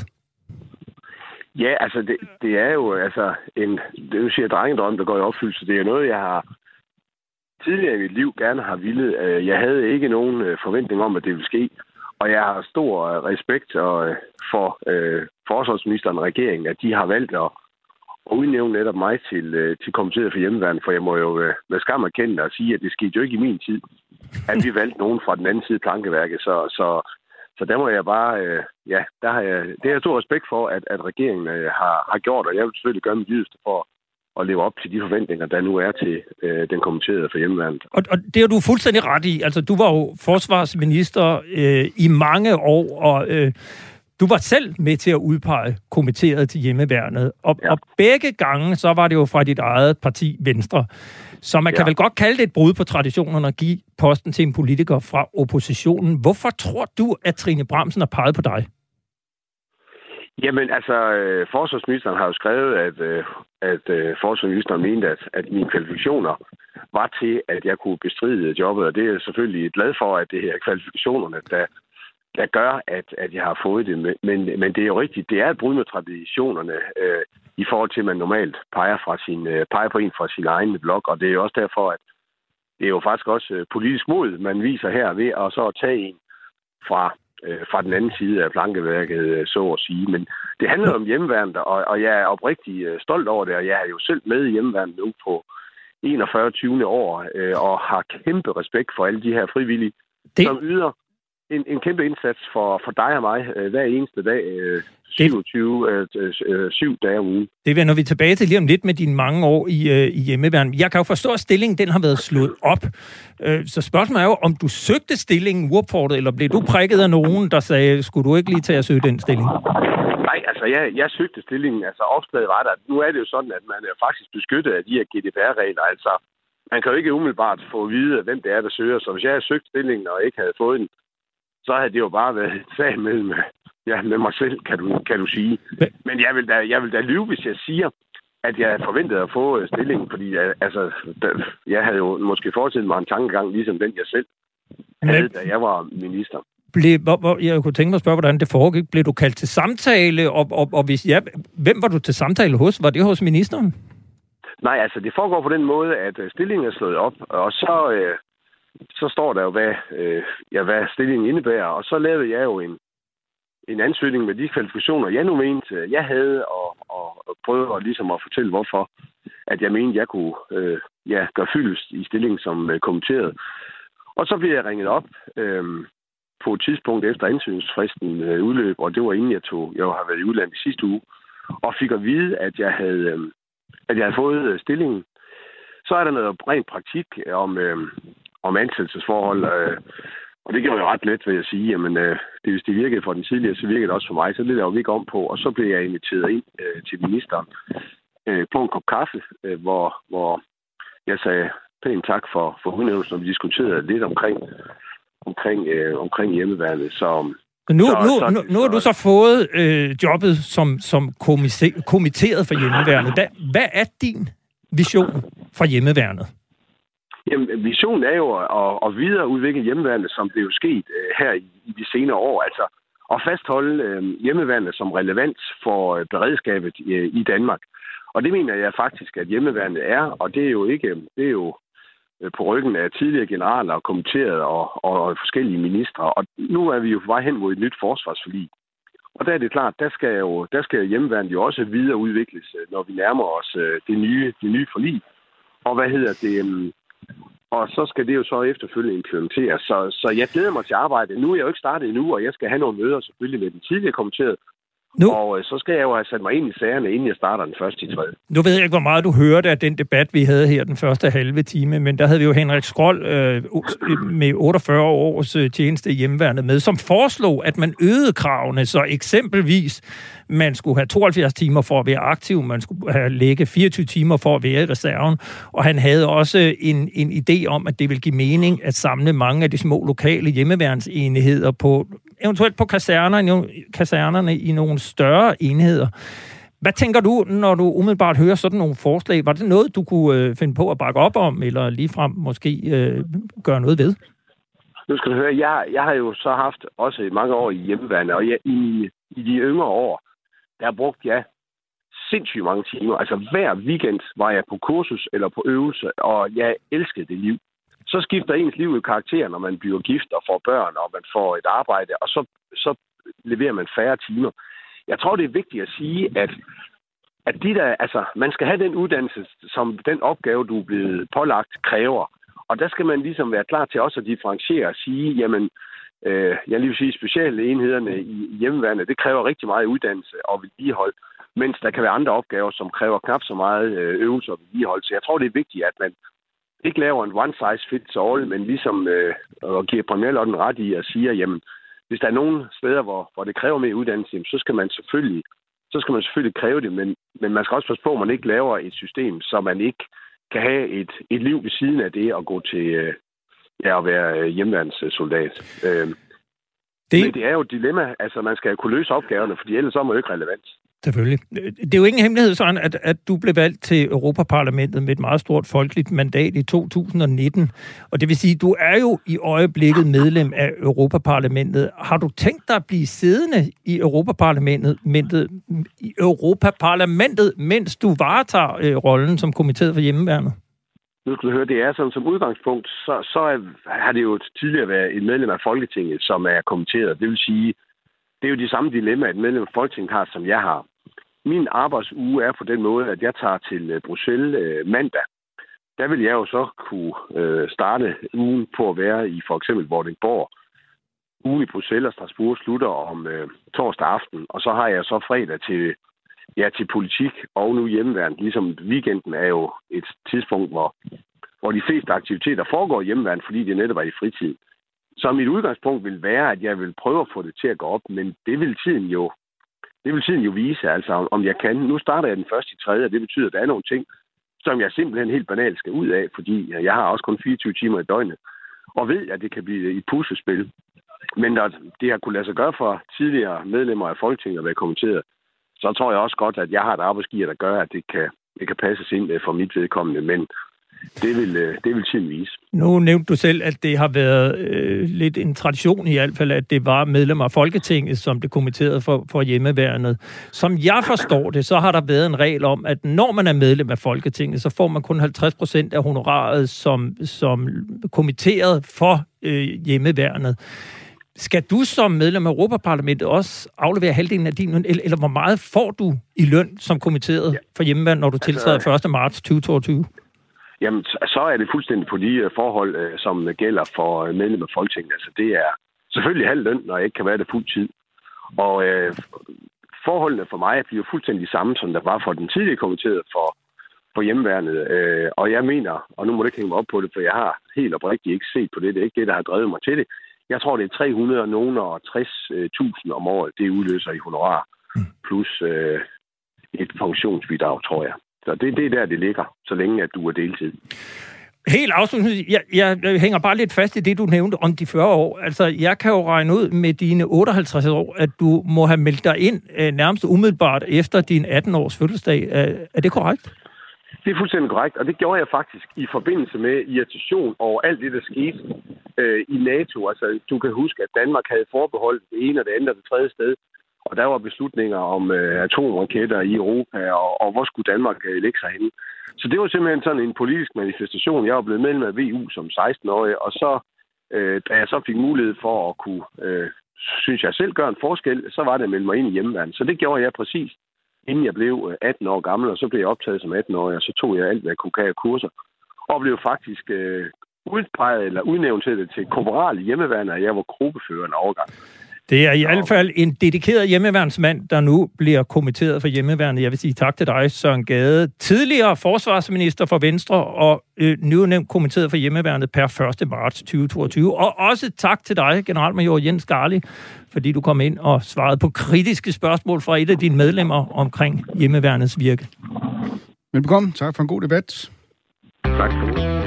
F: Ja, altså det er jo altså det du siger drengedrøm, der går i opfyldelse. Det er noget, jeg har tidligere i mit liv gerne har villet. Jeg havde ikke nogen forventning om, at det ville ske. Og jeg har stor respekt for forsvarsministeren og regeringen, at de har valgt udnævne netop mig til kommitteret for hjemmeværnet, for jeg må jo med skam erkende og sige, at det skete jo ikke i min tid, at vi valgte nogen fra den anden side af plankeværket. Så der må jeg bare, det har jeg stor respekt for, at regeringen har gjort, og jeg vil selvfølgelig gøre mit yderste for at leve op til de forventninger, der nu er til den kommitterede for hjemmeværnet.
B: Og det har du fuldstændig ret i. Altså, du var jo forsvarsminister i mange år, og du var selv med til at udpege kommitteret til hjemmeværnet. Og begge gange, så var det jo fra dit eget parti, Venstre. Så man kan vel godt kalde det et brud på traditionerne at give posten til en politiker fra oppositionen. Hvorfor tror du, at Trine Bramsen har peget på dig?
F: Jamen, altså, forsvarsministeren har jo skrevet, at forsvarsministeren mente, at mine kvalifikationer var til, at jeg kunne bestride jobbet, og det er jeg selvfølgelig glad for, at det her kvalifikationerne, der gør, at jeg har fået det. Men det er jo rigtigt, det er et brud med traditionerne i forhold til, at man normalt peger på en fra sin egen blok, og det er jo også derfor, at det er jo faktisk også politisk mod, man viser her ved at så tage en fra den anden side af plankeværket, så at sige. Men det handler om hjemmeværnet, og jeg er oprigtig stolt over det, og jeg er jo selv med i hjemmeværnet nu på 41. 20. år, og har kæmpe respekt for alle de her frivillige, som yder en kæmpe indsats for dig og mig hver eneste dag, 7 dage om ugen. Det
B: vender vi tilbage til lige om lidt med dine mange år i hjemmeværnet. Jeg kan jo forstå, at stillingen den har været slået op. Så spørgsmålet er jo, om du søgte stillingen uopfordret, eller blev du prikket af nogen, der sagde, skulle du ikke lige tage at søge den stilling?
F: Nej, altså jeg søgte stillingen. Altså opslaget var der. Nu er det jo sådan, at man er faktisk beskyttet af de her GDPR-regler. Altså man kan jo ikke umiddelbart få at vide, hvem det er, der søger. Så hvis jeg havde søgt stillingen og ikke havde fået den, så havde det jo bare været et sag med mig selv, kan du sige. Men jeg vil da lyve, hvis jeg siger, at jeg forventede at få stillingen, fordi jeg havde jo måske foretaget mig en tankegang, ligesom den jeg selv havde, da jeg var minister.
B: Jeg kunne tænke mig at spørge, hvordan det foregik. Blev du kaldt til samtale, og hvis ja, hvem var du til samtale hos? Var det hos ministeren?
F: Nej, altså det foregår på den måde, at stillingen er slået op, og så står der jo, hvad stillingen indebærer, og så lavede jeg jo en ansøgning med de kvalifikationer, jeg nu mente, jeg havde, og prøvede ligesom at fortælle, hvorfor at jeg mente, jeg kunne gøre fyldest i stillingen som kommitteret. Og så blev jeg ringet op på et tidspunkt efter ansøgningsfristen udløb, og det var inden jeg har været i udlandet i sidste uge, og fik at vide, at jeg havde fået stillingen. Så er der noget rent praktik om ansættelsesforhold, og det gjorde jo ret let, vil jeg sige. Jamen, hvis det virkede for den tidligere, så virkede det også for mig. Så det der jo ikke om på, og så blev jeg inviteret ind til ministeren på en kop kaffe, hvor jeg sagde pænt tak for udnævnelsen, og vi diskuterede lidt omkring hjemmeværnet.
B: Nu har du så fået jobbet som kommitteret for hjemmeværnet. Hvad er din vision for hjemmeværnet?
F: Jamen, visionen er jo at videreudvikle hjemmeværnet, som det er jo sket her i de senere år. Altså at fastholde hjemmeværnet som relevant for beredskabet i Danmark. Og det mener jeg faktisk, at hjemmeværnet er, og det er jo på ryggen af tidligere generaler og kommitteret og forskellige ministre. Og nu er vi jo på vej hen mod et nyt forsvarsforlig. Og der er det klart, der skal hjemmeværnet jo også videreudvikles, når vi nærmer os det nye forlig. Og og så skal det jo så efterfølgende implementeres. Så jeg glæder mig til arbejdet. Nu er jeg jo ikke startet endnu, og jeg skal have nogle møder selvfølgelig med den tidligere kommitteret. Og så skal jeg jo have sat mig ind i sagerne, inden jeg starter den 1.3.
B: Nu ved jeg ikke, hvor meget du hørte af den debat, vi havde her den første halve time, men der havde vi jo Henrik Skrold med 48 års tjeneste i hjemmeværnet med, som foreslog, at man øgede kravene, så eksempelvis man skulle have 72 timer for at være aktiv, man skulle have lægge 24 timer for at være i reserven, og han havde også en idé om, at det ville give mening at samle mange af de små lokale hjemmeværnsenheder eventuelt på kasernerne i nogle større enheder. Hvad tænker du, når du umiddelbart hører sådan nogle forslag? Var det noget, du kunne finde på at bakke op om, eller ligefrem måske gøre noget ved?
F: Nu skal du høre, jeg har jo så haft også mange år i hjemmeværnet, og i de yngre år, der brugte jeg sindssygt mange timer. Altså hver weekend var jeg på kursus eller på øvelse, og jeg elskede det liv. Så skifter ens liv i karakter, når man bliver gift og får børn, og man får et arbejde, og så leverer man færre timer. Jeg tror, det er vigtigt at sige, at man skal have den uddannelse, som den opgave, du er blevet pålagt, kræver. Og der skal man ligesom være klar til også at differentiere og sige, jamen, jeg lige vil sige, specielle enhederne i hjemmeværnet, det kræver rigtig meget uddannelse og vedligehold, mens der kan være andre opgaver, som kræver knap så meget øvelse og vedligehold. Så jeg tror, det er vigtigt, at man ikke laver en one size fits all, men ligesom giver Brøndby ret i at sige, jamen, hvis der er nogle steder, hvor det kræver mere uddannelse, så skal man selvfølgelig kræve det, men man skal også passe på, at man ikke laver et system, så man ikke kan have et liv ved siden af det og gå til at være hjemmeværnssoldat. Men det er jo et dilemma. Altså, man skal kunne løse opgaverne, fordi ellers så er man jo ikke relevant.
B: Selvfølgelig. Det er jo ikke en hemmelighed, sådan, at du blev valgt til Europaparlamentet med et meget stort folkeligt mandat i 2019. Og det vil sige, du er jo i øjeblikket medlem af Europaparlamentet. Har du tænkt dig at blive siddende i Europaparlamentet, mens du varetager rollen som kommitteret for hjemmeværnet?
F: Nu skal du høre, det er sådan, som udgangspunkt, så har det jo tidligere været et medlem af Folketinget, som er kommitteret. Det vil sige, det er jo de samme dilemmaer, et medlem af Folketinget har, som jeg har. Min arbejdsuge er på den måde, at jeg tager til Bruxelles mandag. Der vil jeg jo så kunne starte ugen på at være i for eksempel Vordingborg. Ugen i Bruxelles og Strasbourg slutter om torsdag aften, og så har jeg så fredag til politik og nu hjemmeværnet. Ligesom weekenden er jo et tidspunkt, hvor de fleste aktiviteter foregår i hjemmeværnet, fordi det netop er i fritid. Så mit udgangspunkt vil være, at jeg vil prøve at få det til at gå op, men det vil tiden jo vise, altså om jeg kan. Nu starter jeg den 1.3., og det betyder, at der er nogle ting, som jeg simpelthen helt banalt skal ud af, fordi jeg har også kun 24 timer i døgnet, og ved, at det kan blive et puslespil. Men når det har kunne lade sig gøre for tidligere medlemmer af Folketinget at være kommenteret, så tror jeg også godt, at jeg har et arbejdsgiver, der gør, at det kan passes ind for mit vedkommende, men det vil tiden vise. Nu
B: nævnte du selv, at det har været lidt en tradition i hvert fald, at det var medlemmer af Folketinget, som det kommitterede for hjemmeværnet. Som jeg forstår det, så har der været en regel om, at når man er medlem af Folketinget, så får man kun 50% af honoraret som kommitteret for hjemmeværnet. Skal du som medlem af Europaparlamentet også aflevere halvdelen af din løn, eller hvor meget får du i løn som kommitteret for hjemmeværnet, når du tiltræder 1. marts 2022?
F: Jamen, så er det fuldstændig på de forhold, som gælder for medlem af Folketinget. Altså, det er selvfølgelig halv løn, når jeg ikke kan være det fuld tid. Og forholdene for mig bliver fuldstændig samme, som der var for den tidligere kommitteret for hjemmeværnet. Og jeg mener, og nu må det ikke hænge mig op på det, for jeg har helt oprigtigt ikke set på det. Det er ikke det, der har drevet mig til det. Jeg tror, det er 360.000 om året, det udløser i honorar, plus et pensionsbidrag, tror jeg. Så det er der, det ligger, så længe at du er deltid.
B: Helt afslutningsvis, jeg hænger bare lidt fast i det, du nævnte om de 40 år. Altså, jeg kan jo regne ud med dine 58 år, at du må have meldt dig ind nærmest umiddelbart efter din 18-års fødselsdag. Er det korrekt?
F: Det er fuldstændig korrekt, og det gjorde jeg faktisk i forbindelse med irritation over alt det, der skete i NATO. Altså, du kan huske, at Danmark havde forbeholdt det ene og det andet og det tredje sted, og der var beslutninger om atomraketter i Europa, og hvor skulle Danmark lægge sig henne. Så det var simpelthen sådan en politisk manifestation. Jeg var blevet medlem af VU som 16-årig, og så, da jeg så fik mulighed for at kunne, synes jeg selv, gøre en forskel, så var det at melde mig ind i hjemmeværnet. Så det gjorde jeg præcis, inden jeg blev 18 år gammel, og så blev jeg optaget som 18-årig, og så tog jeg alt, hvad jeg kunne have kurser, og blev faktisk udpeget eller udnævnt til korporal i hjemmeværnet, og jeg var gruppefører en overgang.
B: Det er i hvert fald en dedikeret hjemmeværnsmand, der nu bliver kommitteret for hjemmeværnet. Jeg vil sige tak til dig, Søren Gade, tidligere forsvarsminister for Venstre og nyudnævnt kommitteret for hjemmeværnet per 1. marts 2022. Og også tak til dig, generalmajor Jens Garli, fordi du kom ind og svarede på kritiske spørgsmål fra et af dine medlemmer omkring hjemmeværnets virke.
E: Velbekomme. Tak for en god debat.
F: Tak for det.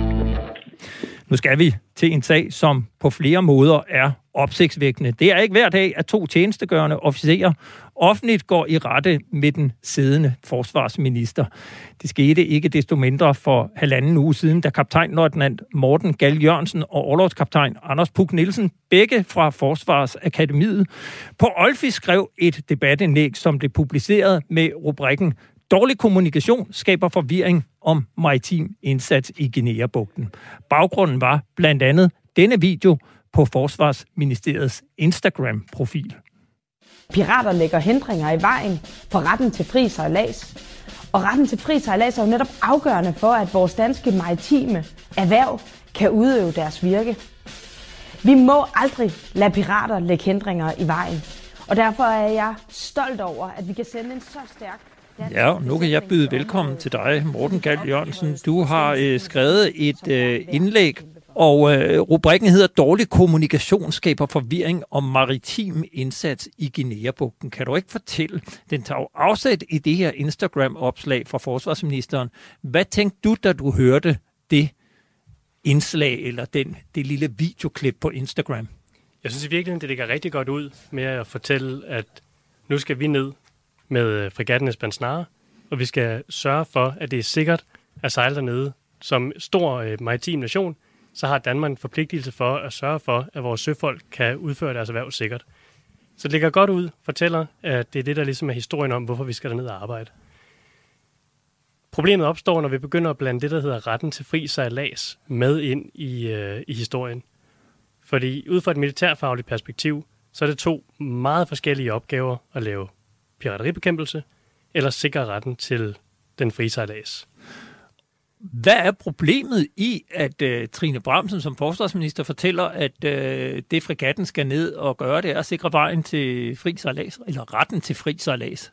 B: Nu skal vi til en sag, som på flere måder er opsigtsvækkende. Det er ikke hver dag, at 2 tjenestegørende officerer offentligt går i rette med den siddende forsvarsminister. Det skete ikke desto mindre for 1,5 uge siden, da kaptajnløjtnant Morten Gall Jørgensen og orlogskaptajn Anders Puk Nielsen, begge fra Forsvarsakademiet, på Olfi skrev et debatindlæg, som blev publiceret med rubrikken "Dårlig kommunikation skaber forvirring om maritim indsats i Guinea-bugten". Baggrunden var blandt andet denne video på Forsvarsministeriets Instagram-profil.
G: Pirater lægger hindringer i vejen for retten til fri sejlads. Og retten til fri sejlads er jo netop afgørende for, at vores danske maritime erhverv kan udøve deres virke. Vi må aldrig lade pirater lægge hindringer i vejen. Og derfor er jeg stolt over, at vi kan sende en så stærk...
B: Ja, nu kan jeg byde velkommen til dig, Morten Gall Jørgensen. Du har skrevet et indlæg, og rubrikken hedder Dårlig kommunikation skaber forvirring om maritim indsats i Guinea-bugten. Kan du ikke fortælle, den tager jo afsæt i det her Instagram-opslag fra forsvarsministeren. Hvad tænkte du, da du hørte det indslag, eller det lille videoklip på Instagram?
C: Jeg synes i virkeligheden, det ligger rigtig godt ud med at fortælle, at nu skal vi ned med fregatten Esbern Snare, og vi skal sørge for, at det er sikkert at sejle dernede. Som stor maritim nation, så har Danmark en forpligtelse for at sørge for, at vores søfolk kan udføre deres erhverv sikkert. Så det ligger godt ud, fortæller, at det er det, der ligesom er historien om, hvorfor vi skal derned og arbejde. Problemet opstår, når vi begynder at blande det, der hedder retten til fri sejlads med ind i historien. Fordi ud fra et militærfagligt perspektiv, så er det to meget forskellige opgaver at lave pirateribekæmpelse eller sikre retten til den frie sejlads.
B: Hvad er problemet i, at Trine Bramsen som forsvarsminister fortæller, at det fregatten skal ned og gøre, det er at sikre vejen til fri sejlads, eller retten til fri sejlads?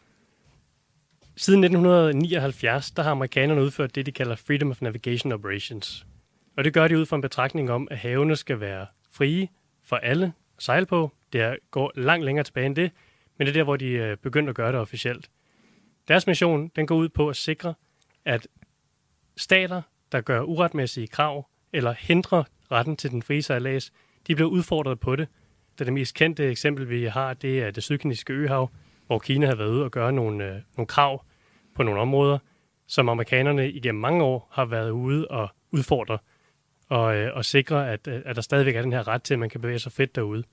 C: Siden 1979, der har amerikanerne udført det, de kalder Freedom of Navigation Operations. Og det gør de ud fra en betragtning om, at havene skal være frie for alle at sejle på. Det går langt længere tilbage end det, men det er der, hvor de begyndte at gøre det officielt. Deres mission, den går ud på at sikre, at stater, der gør uretmæssige krav eller hindrer retten til den frie sejlads, de bliver udfordret på det. Det mest kendte eksempel, vi har, det er det sydkinesiske øhav, hvor Kina har været ude og gøre nogle krav på nogle områder, som amerikanerne igennem mange år har været ude og udfordre og sikre, at der stadigvæk er den her ret til, at man kan bevæge sig frit derude.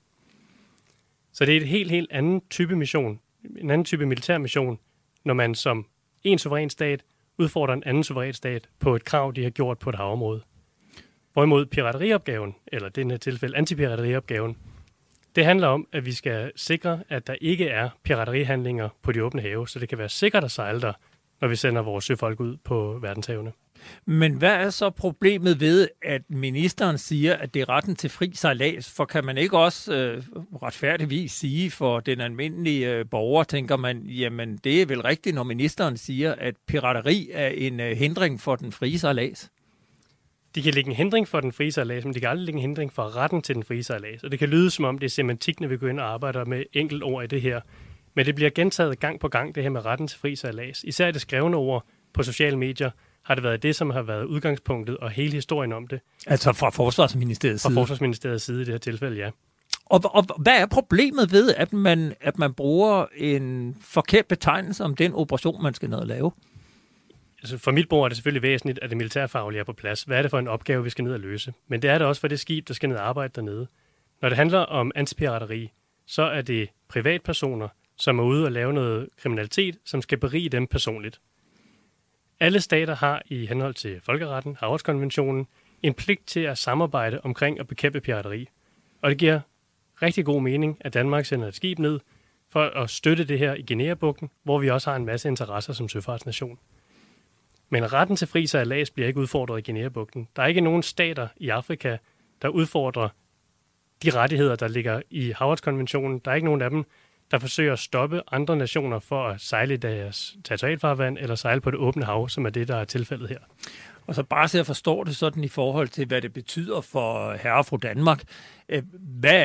C: Så det er et helt anden type mission, en anden type militær mission, når man som en suveræn stat udfordrer en anden suveræn stat på et krav, de har gjort på et havområde. Hvorimod pirateriopgaven, eller i den her tilfælde antipirateriopgaven, det handler om, at vi skal sikre, at der ikke er piraterihandlinger på de åbne have, så det kan være sikkert at sejle der, når vi sender vores søfolk ud på verdenshavene.
B: Men hvad er så problemet ved, at ministeren siger, at det er retten til fri sejlads? For kan man ikke også retfærdigvis sige for den almindelige borger, tænker man, jamen det er vel rigtigt, når ministeren siger, at pirateri er en hindring for den frie sejlads?
C: De kan lægge en hindring for den frie sejlads, men de kan aldrig lægge en hindring for retten til den frie sejlads. Og det kan lyde som om, det er semantik, når vi går ind og arbejder med enkelt ord i det her. Men det bliver gentaget gang på gang, det her med retten til fri sejlads. Især i det skrevne ord på sociale medier har det været det, som har været udgangspunktet og hele historien om det.
B: Altså fra Forsvarsministeriets side?
C: Fra Forsvarsministeriets side i det her tilfælde, ja.
B: Og hvad er problemet ved, at man bruger en forkert betegnelse om den operation, man skal ned og lave?
C: Altså for mit bord er det selvfølgelig væsentligt, at det militærfaglige er på plads. Hvad er det for en opgave, vi skal ned og løse? Men det er det også for det skib, der skal ned og arbejde dernede. Når det handler om antipirateri, så er det privatpersoner, som er ude og lave noget kriminalitet, som skal berige dem personligt. Alle stater har i henhold til folkeretten, Havretskonventionen, en pligt til at samarbejde omkring at bekæmpe pirateri. Og det giver rigtig god mening, at Danmark sender et skib ned for at støtte det her i Guinea-bugten, hvor vi også har en masse interesser som søfartsnation. Men retten til fri sejlads bliver ikke udfordret i Guinea-bugten. Der er ikke nogen stater i Afrika, der udfordrer de rettigheder, der ligger i Havretskonventionen. Der er ikke nogen af dem, der forsøger at stoppe andre nationer for at sejle i deres territorialfarvand eller sejle på det åbne hav, som er det, der er tilfældet her.
B: Og så bare så jeg forstår det sådan i forhold til, hvad det betyder for herre og fru Danmark. Hvad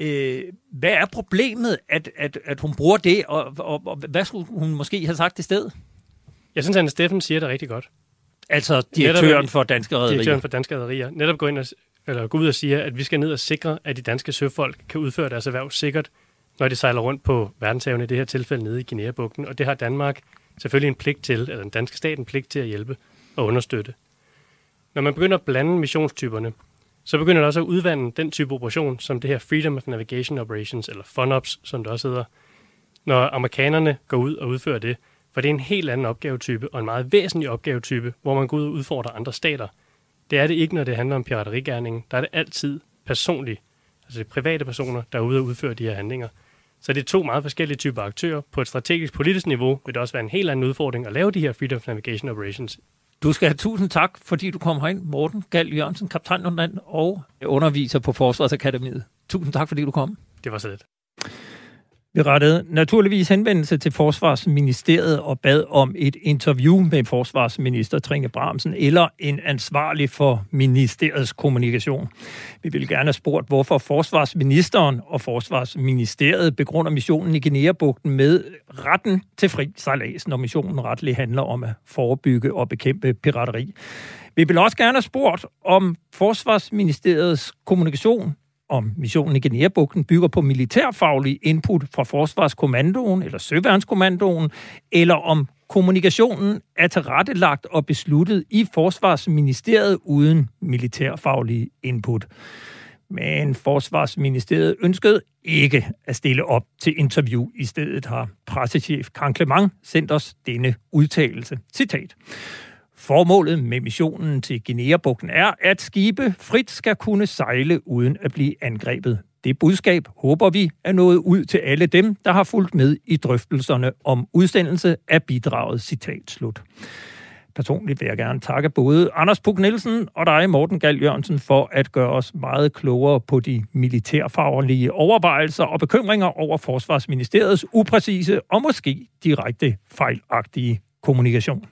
B: er problemet, at hun bruger det, og hvad skulle hun måske have sagt i stedet?
C: Jeg synes, at Steffen siger det rigtig godt.
B: Altså direktøren for Danske Rederier.
C: Direktøren for Danske Rederier. Netop gå ud og siger, at vi skal ned og sikre, at de danske søfolk kan udføre deres erhverv sikkert, når de sejler rundt på verdenshavene, i det her tilfælde nede i Guinea-bugten. Og det har Danmark selvfølgelig en pligt til, eller den danske stat en pligt til at hjælpe og understøtte. Når man begynder at blande missionstyperne, så begynder det også at udvande den type operation, som det her Freedom of Navigation Operations, eller FONOPS, som det også hedder, når amerikanerne går ud og udfører det. For det er en helt anden opgavetype, og en meget væsentlig opgavetype, hvor man går ud og udfordrer andre stater. Det er det ikke, når det handler om piraterigærningen. Der er det altid personligt, altså det private personer, der er ude og udføre de her handlinger. Så det er to meget forskellige typer aktører. På et strategisk politisk niveau vil det også være en helt anden udfordring at lave de her Freedom of Navigation Operations.
B: Du skal have tusind tak, fordi du kom herind. Morten Gall Jørgensen, kaptajnløjtnant og underviser på Forsvarsakademiet. Tusind tak, fordi du kom.
C: Det var så lidt.
B: Vi rettede naturligvis henvendelse til Forsvarsministeriet og bad om et interview med forsvarsminister Trine Bramsen eller en ansvarlig for ministeriets kommunikation. Vi ville gerne have spurgt, hvorfor forsvarsministeren og forsvarsministeriet begrunder missionen i Guinea-bugten med retten til fri sejlads, når missionen retligt handler om at forebygge og bekæmpe pirateri. Vi ville også gerne have spurgt, om forsvarsministeriets kommunikation om missionen i Guinea-bugten bygger på militærfaglig input fra Forsvarskommandoen eller Søværnskommandoen, eller om kommunikationen er tilrettelagt og besluttet i Forsvarsministeriet uden militærfaglig input. Men Forsvarsministeriet ønskede ikke at stille op til interview. I stedet har pressechef Karen Clement sendt os denne udtalelse. Citat. Formålet med missionen til Guinea-bugten er, at skibe frit skal kunne sejle uden at blive angrebet. Det budskab håber vi er nået ud til alle dem, der har fulgt med i drøftelserne om udsendelse af bidraget. Citat slut. Personligt vil jeg gerne takke både Anders Puk Nielsen og dig, Morten Gall Jørgensen, for at gøre os meget klogere på de militærfaglige overvejelser og bekymringer over Forsvarsministeriets upræcise og måske direkte fejlagtige kommunikation.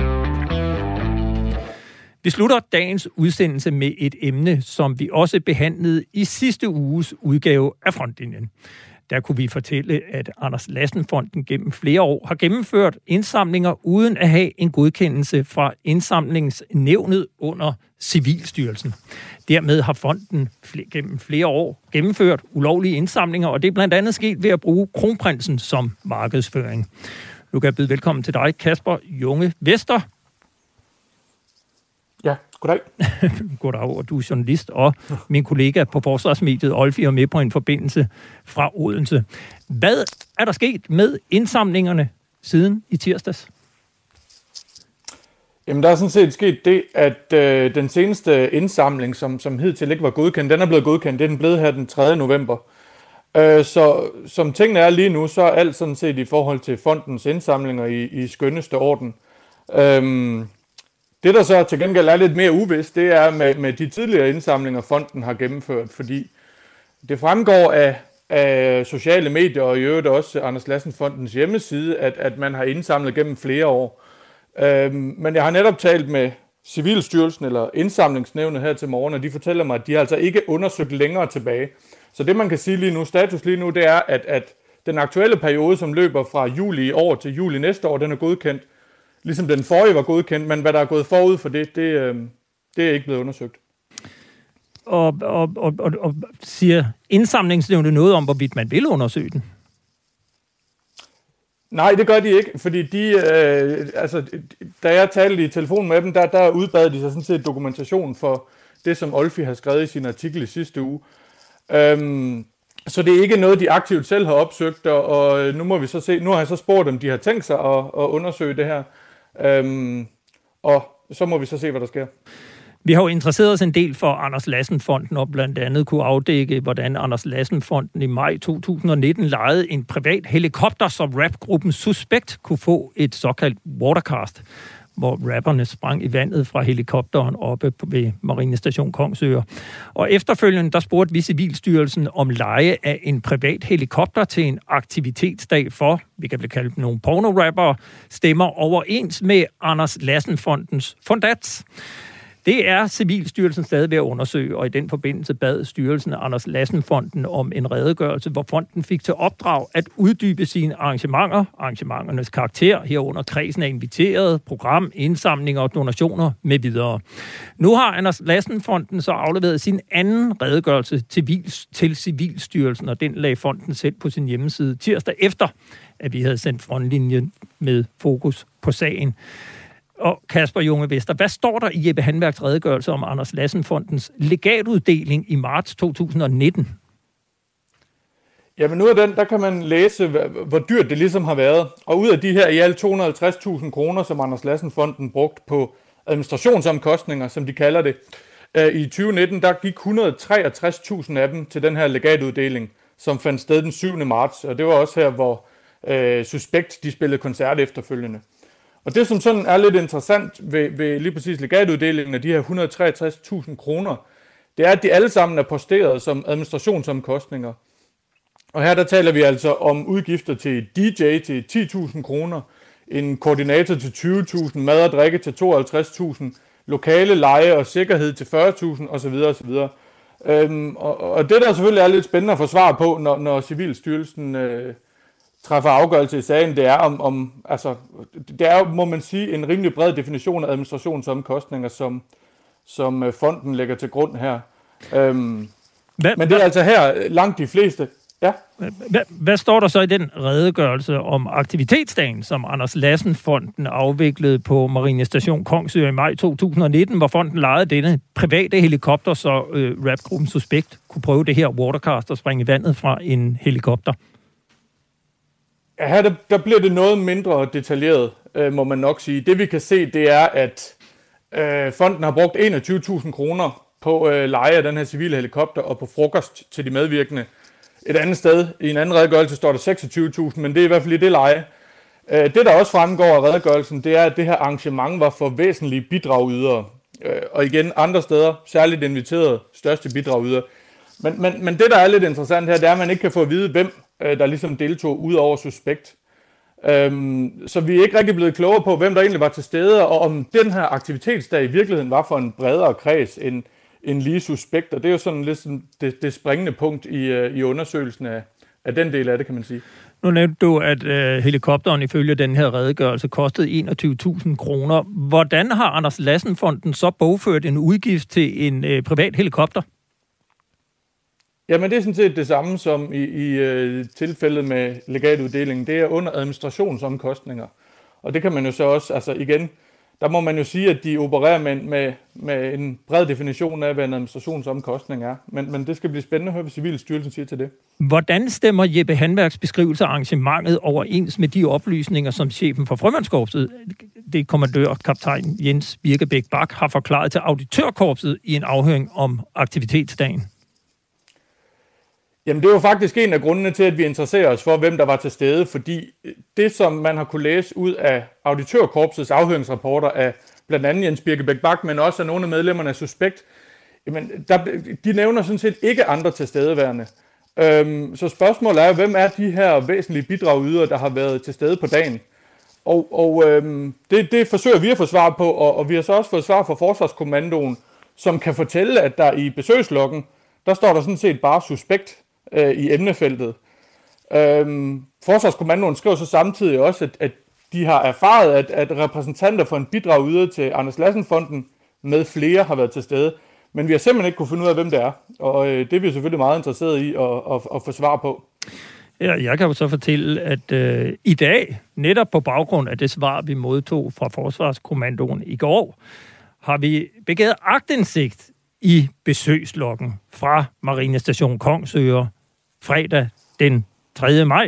B: Vi slutter dagens udsendelse med et emne, som vi også behandlede i sidste uges udgave af Frontlinjen. Der kunne vi fortælle, at Anders Lassen-fonden gennem flere år har gennemført indsamlinger uden at have en godkendelse fra indsamlingsnævnet under Civilstyrelsen. Dermed har fonden gennem flere år gennemført ulovlige indsamlinger, og det er blandt andet sket ved at bruge kronprinsen som markedsføring. Nu kan jeg byde velkommen til dig, Kasper Junge Vester.
H: Ja, goddag.
B: Goddag, og du er journalist, og min kollega på Forsvarsmediet, Olfi, er med på en forbindelse fra Odense. Hvad er der sket med indsamlingerne siden i tirsdags?
H: Jamen, der er sådan set sket det, at den seneste indsamling, som hidtil ikke var godkendt, den er blevet godkendt. Det er den blevet her den 3. november. Så som tingene er lige nu, så er alt sådan set i forhold til fondens indsamlinger i skønneste orden. Det, der så til gengæld er lidt mere uvist, det er med de tidligere indsamlinger, fonden har gennemført, fordi det fremgår af sociale medier og i øvrigt også Anders Lassen-fondens hjemmeside, at man har indsamlet gennem flere år. Men jeg har netop talt med Civilstyrelsen eller indsamlingsnævnet her til morgen, og de fortæller mig, at de har altså ikke undersøgt længere tilbage. Så det, man kan sige lige nu, status lige nu, det er, at den aktuelle periode, som løber fra juli i år til juli næste år, den er godkendt. Ligesom den forrige var godkendt, men hvad der er gået forud for det er ikke blevet undersøgt.
B: Og siger indsamlingsnævnet noget om, hvorvidt man vil undersøge den?
H: Nej, det gør de ikke, fordi da jeg talte i telefon med dem, der udbad de sig sådan set dokumentation for det, som Olfi har skrevet i sin artikel i sidste uge. Så det er ikke noget, de aktivt selv har opsøgt, og nu må vi så se. Nu har jeg så spurgt, om de har tænkt sig at undersøge det her. Og så må vi så se, hvad der sker.
B: Vi har jo interesseret os en del for Anders Lassen-fonden, og blandt andet kunne afdække, hvordan Anders Lassen-fonden i maj 2019 lejede en privat helikopter, så rapgruppen Suspekt kunne få et såkaldt watercast, hvor rapperne sprang i vandet fra helikopteren oppe ved Marinestation Kongsøre. Og efterfølgende, der spurgte vi Civilstyrelsen om leje af en privat helikopter til en aktivitetsdag for, vi kan blive kaldt nogle porno-rappere, stemmer overens med Anders Lassen-fondens fondats. Det er Civilstyrelsen stadig ved at undersøge, og i den forbindelse bad styrelsen Anders Lassen-fonden om en redegørelse, hvor fonden fik til opdrag at uddybe sine arrangementer, arrangementernes karakter, herunder kredsen af inviterede, program, indsamlinger og donationer med videre. Nu har Anders Lassen-fonden så afleveret sin anden redegørelse til Civilstyrelsen, og den lagde fonden selv på sin hjemmeside tirsdag efter, at vi havde sendt Frontlinjen med fokus på sagen. Og Kasper Junge Vester, hvad står der i Jeppe Handværks redegørelse om Anders Lassen-fondens legatuddeling i marts 2019?
H: Jamen, ud af den, der kan man læse, hvor dyrt det ligesom har været. Og ud af de her i alt 250.000 kroner, som Anders Lassen-fonden brugt på administrationsomkostninger, som de kalder det, i 2019, der gik 163.000 af dem til den her legatuddeling, som fandt sted den 7. marts, og det var også her, hvor Suspekt de spillede koncert efterfølgende. Og det, som sådan er lidt interessant ved lige præcis legatuddelingen af de her 163.000 kroner, det er, at de alle sammen er posteret som administrationsomkostninger. Og her der taler vi altså om udgifter til DJ til 10.000 kroner, en koordinator til 20.000, mad og drikke til 52.000, lokale leje og sikkerhed til 40.000 osv. osv. Og det, der selvfølgelig er lidt spændende at få svar på, når Civilstyrelsen træffer afgørelse i sagen, det er altså, det er, må man sige, en rimelig bred definition af administrationsomkostninger, som fonden lægger til grund her. Men det er altså her langt de fleste. Ja.
B: Hvad står der så i den redegørelse om aktivitetsdagen, som Anders Lassen-fonden afviklede på Marinestation Kongsør i maj 2019, hvor fonden lejede denne private helikopter, så rapgruppen Suspekt kunne prøve det her watercast og springe i vandet fra en helikopter?
H: Ja, her der bliver det noget mindre detaljeret, må man nok sige. Det vi kan se, det er, at fonden har brugt 21.000 kroner på leje af den her civile helikopter og på frokost til de medvirkende. Et andet sted, i en anden redegørelse, står der 26.000, men det er i hvert fald i det leje. Det, der også fremgår af redegørelsen, det er, at det her arrangement var for væsentlige bidragydere. Og igen, andre steder, særligt inviterede, største bidragydere. Men det, der er lidt interessant her, det er, at man ikke kan få at vide, hvem der ligesom deltog ud over Suspekt. Så vi er ikke rigtig blevet klogere på, hvem der egentlig var til stede, og om den her aktivitetsdag i virkeligheden var for en bredere kreds end lige Suspekt. Og det er jo sådan lidt sådan det springende punkt i undersøgelsen af den del af det, kan man sige.
B: Nu nævnte du, at helikopteren ifølge den her redegørelse kostede 21.000 kroner. Hvordan har Anders Lassen-fonden så bogført en udgift til en privat helikopter?
H: Jamen, det er sådan set det samme som i tilfældet med legatuddelingen. Det er under administrationsomkostninger. Og det kan man jo så også, altså igen, der må man jo sige, at de opererer med en bred definition af, hvad en administrationsomkostning er. Men det skal blive spændende at høre, hvad Civilstyrelsen siger til det. Hvordan
B: stemmer Jeppe Hanværks beskrivelse af arrangementet overens med de oplysninger, som chefen for Frømandskorpset, det kommandørkaptajn Jens Birkebæk Bak, har forklaret til auditørkorpset i en afhøring om aktivitetsdagen?
H: Jamen, det var faktisk en af grundene til, at vi interesserer os for, hvem der var til stede, fordi det, som man har kunne læse ud af auditørkorpsets afhøringsrapporter af blandt andet Jens Birkebæk Bak, men også af nogle af medlemmerne af Suspekt, jamen, de nævner sådan set ikke andre tilstedeværende. Så spørgsmålet er, hvem er de her væsentlige bidragydere, der har været til stede på dagen? Og det forsøger vi at få svar på, og vi har så også fået svar fra Forsvarskommandoen, som kan fortælle, at der i besøgsloggen, der står der sådan set bare Suspekt i emnefeltet. Forsvarskommandoen skriver så samtidig også, at de har erfaret, at repræsentanter for en bidragyder til Anders Lassen-fonden med flere har været til stede. Men vi har simpelthen ikke kunne finde ud af, hvem det er. Og det er vi selvfølgelig meget interesseret i at få svar på.
B: Ja, jeg kan jo så fortælle, at i dag, netop på baggrund af det svar, vi modtog fra Forsvarskommandoen i går, har vi begæret aktindsigt i besøgsloggen fra Marinestation Kongsør fredag den 3. maj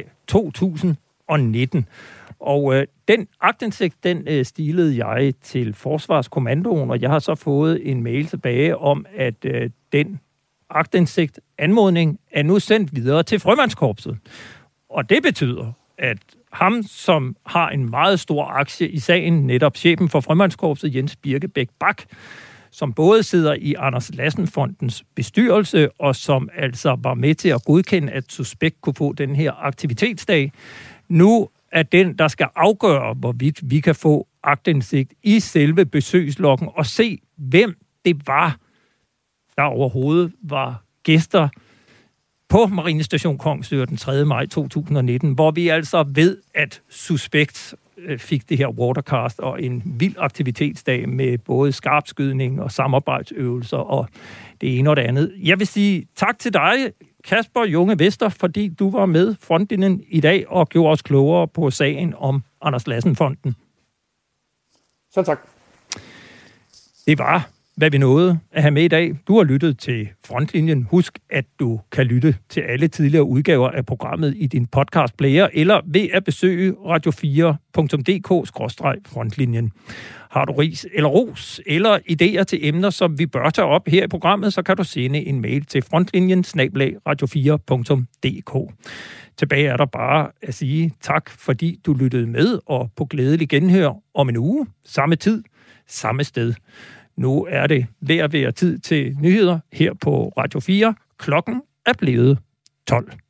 B: 2019. Og den aktindsigt, den stilede jeg til Forsvarskommandoen, og jeg har så fået en mail tilbage om, at den aktindsigt, anmodning, er nu sendt videre til Frømandskorpset. Og det betyder, at ham, som har en meget stor aktie i sagen, netop chefen for Frømandskorpset, Jens Birkebæk Bak, som både sidder i Anders Lassen-fondens bestyrelse, og som altså var med til at godkende, at Suspekt kunne få den her aktivitetsdag, nu er den, der skal afgøre, hvorvidt vi kan få aktindsigt i selve besøgsloggen og se, hvem det var, der overhovedet var gæster på Marinestation Kongsør den 3. maj 2019, hvor vi altså ved, at Suspekt fik det her watercast og en vild aktivitetsdag med både skarpskydning og samarbejdsøvelser og det ene og det andet. Jeg vil sige tak til dig, Kasper Junge Vester, fordi du var med frontlinjen i dag og gjorde os klogere på sagen om Anders Lassen-fonden.
H: Så tak.
B: Det var hvad vi nåede at have med i dag. Du har lyttet til Frontlinjen. Husk, at du kan lytte til alle tidligere udgaver af programmet i din podcastplayer, eller ved at besøge radio4.dk/frontlinjen. Har du ris eller ros, eller idéer til emner, som vi bør tage op her i programmet, så kan du sende en mail til frontlinjen@radio4.dk. Tilbage er der bare at sige tak, fordi du lyttede med, og på glædelig genhør om en uge, samme tid, samme sted. Nu er det ved at være tid til nyheder her på Radio 4. Klokken er blevet 12.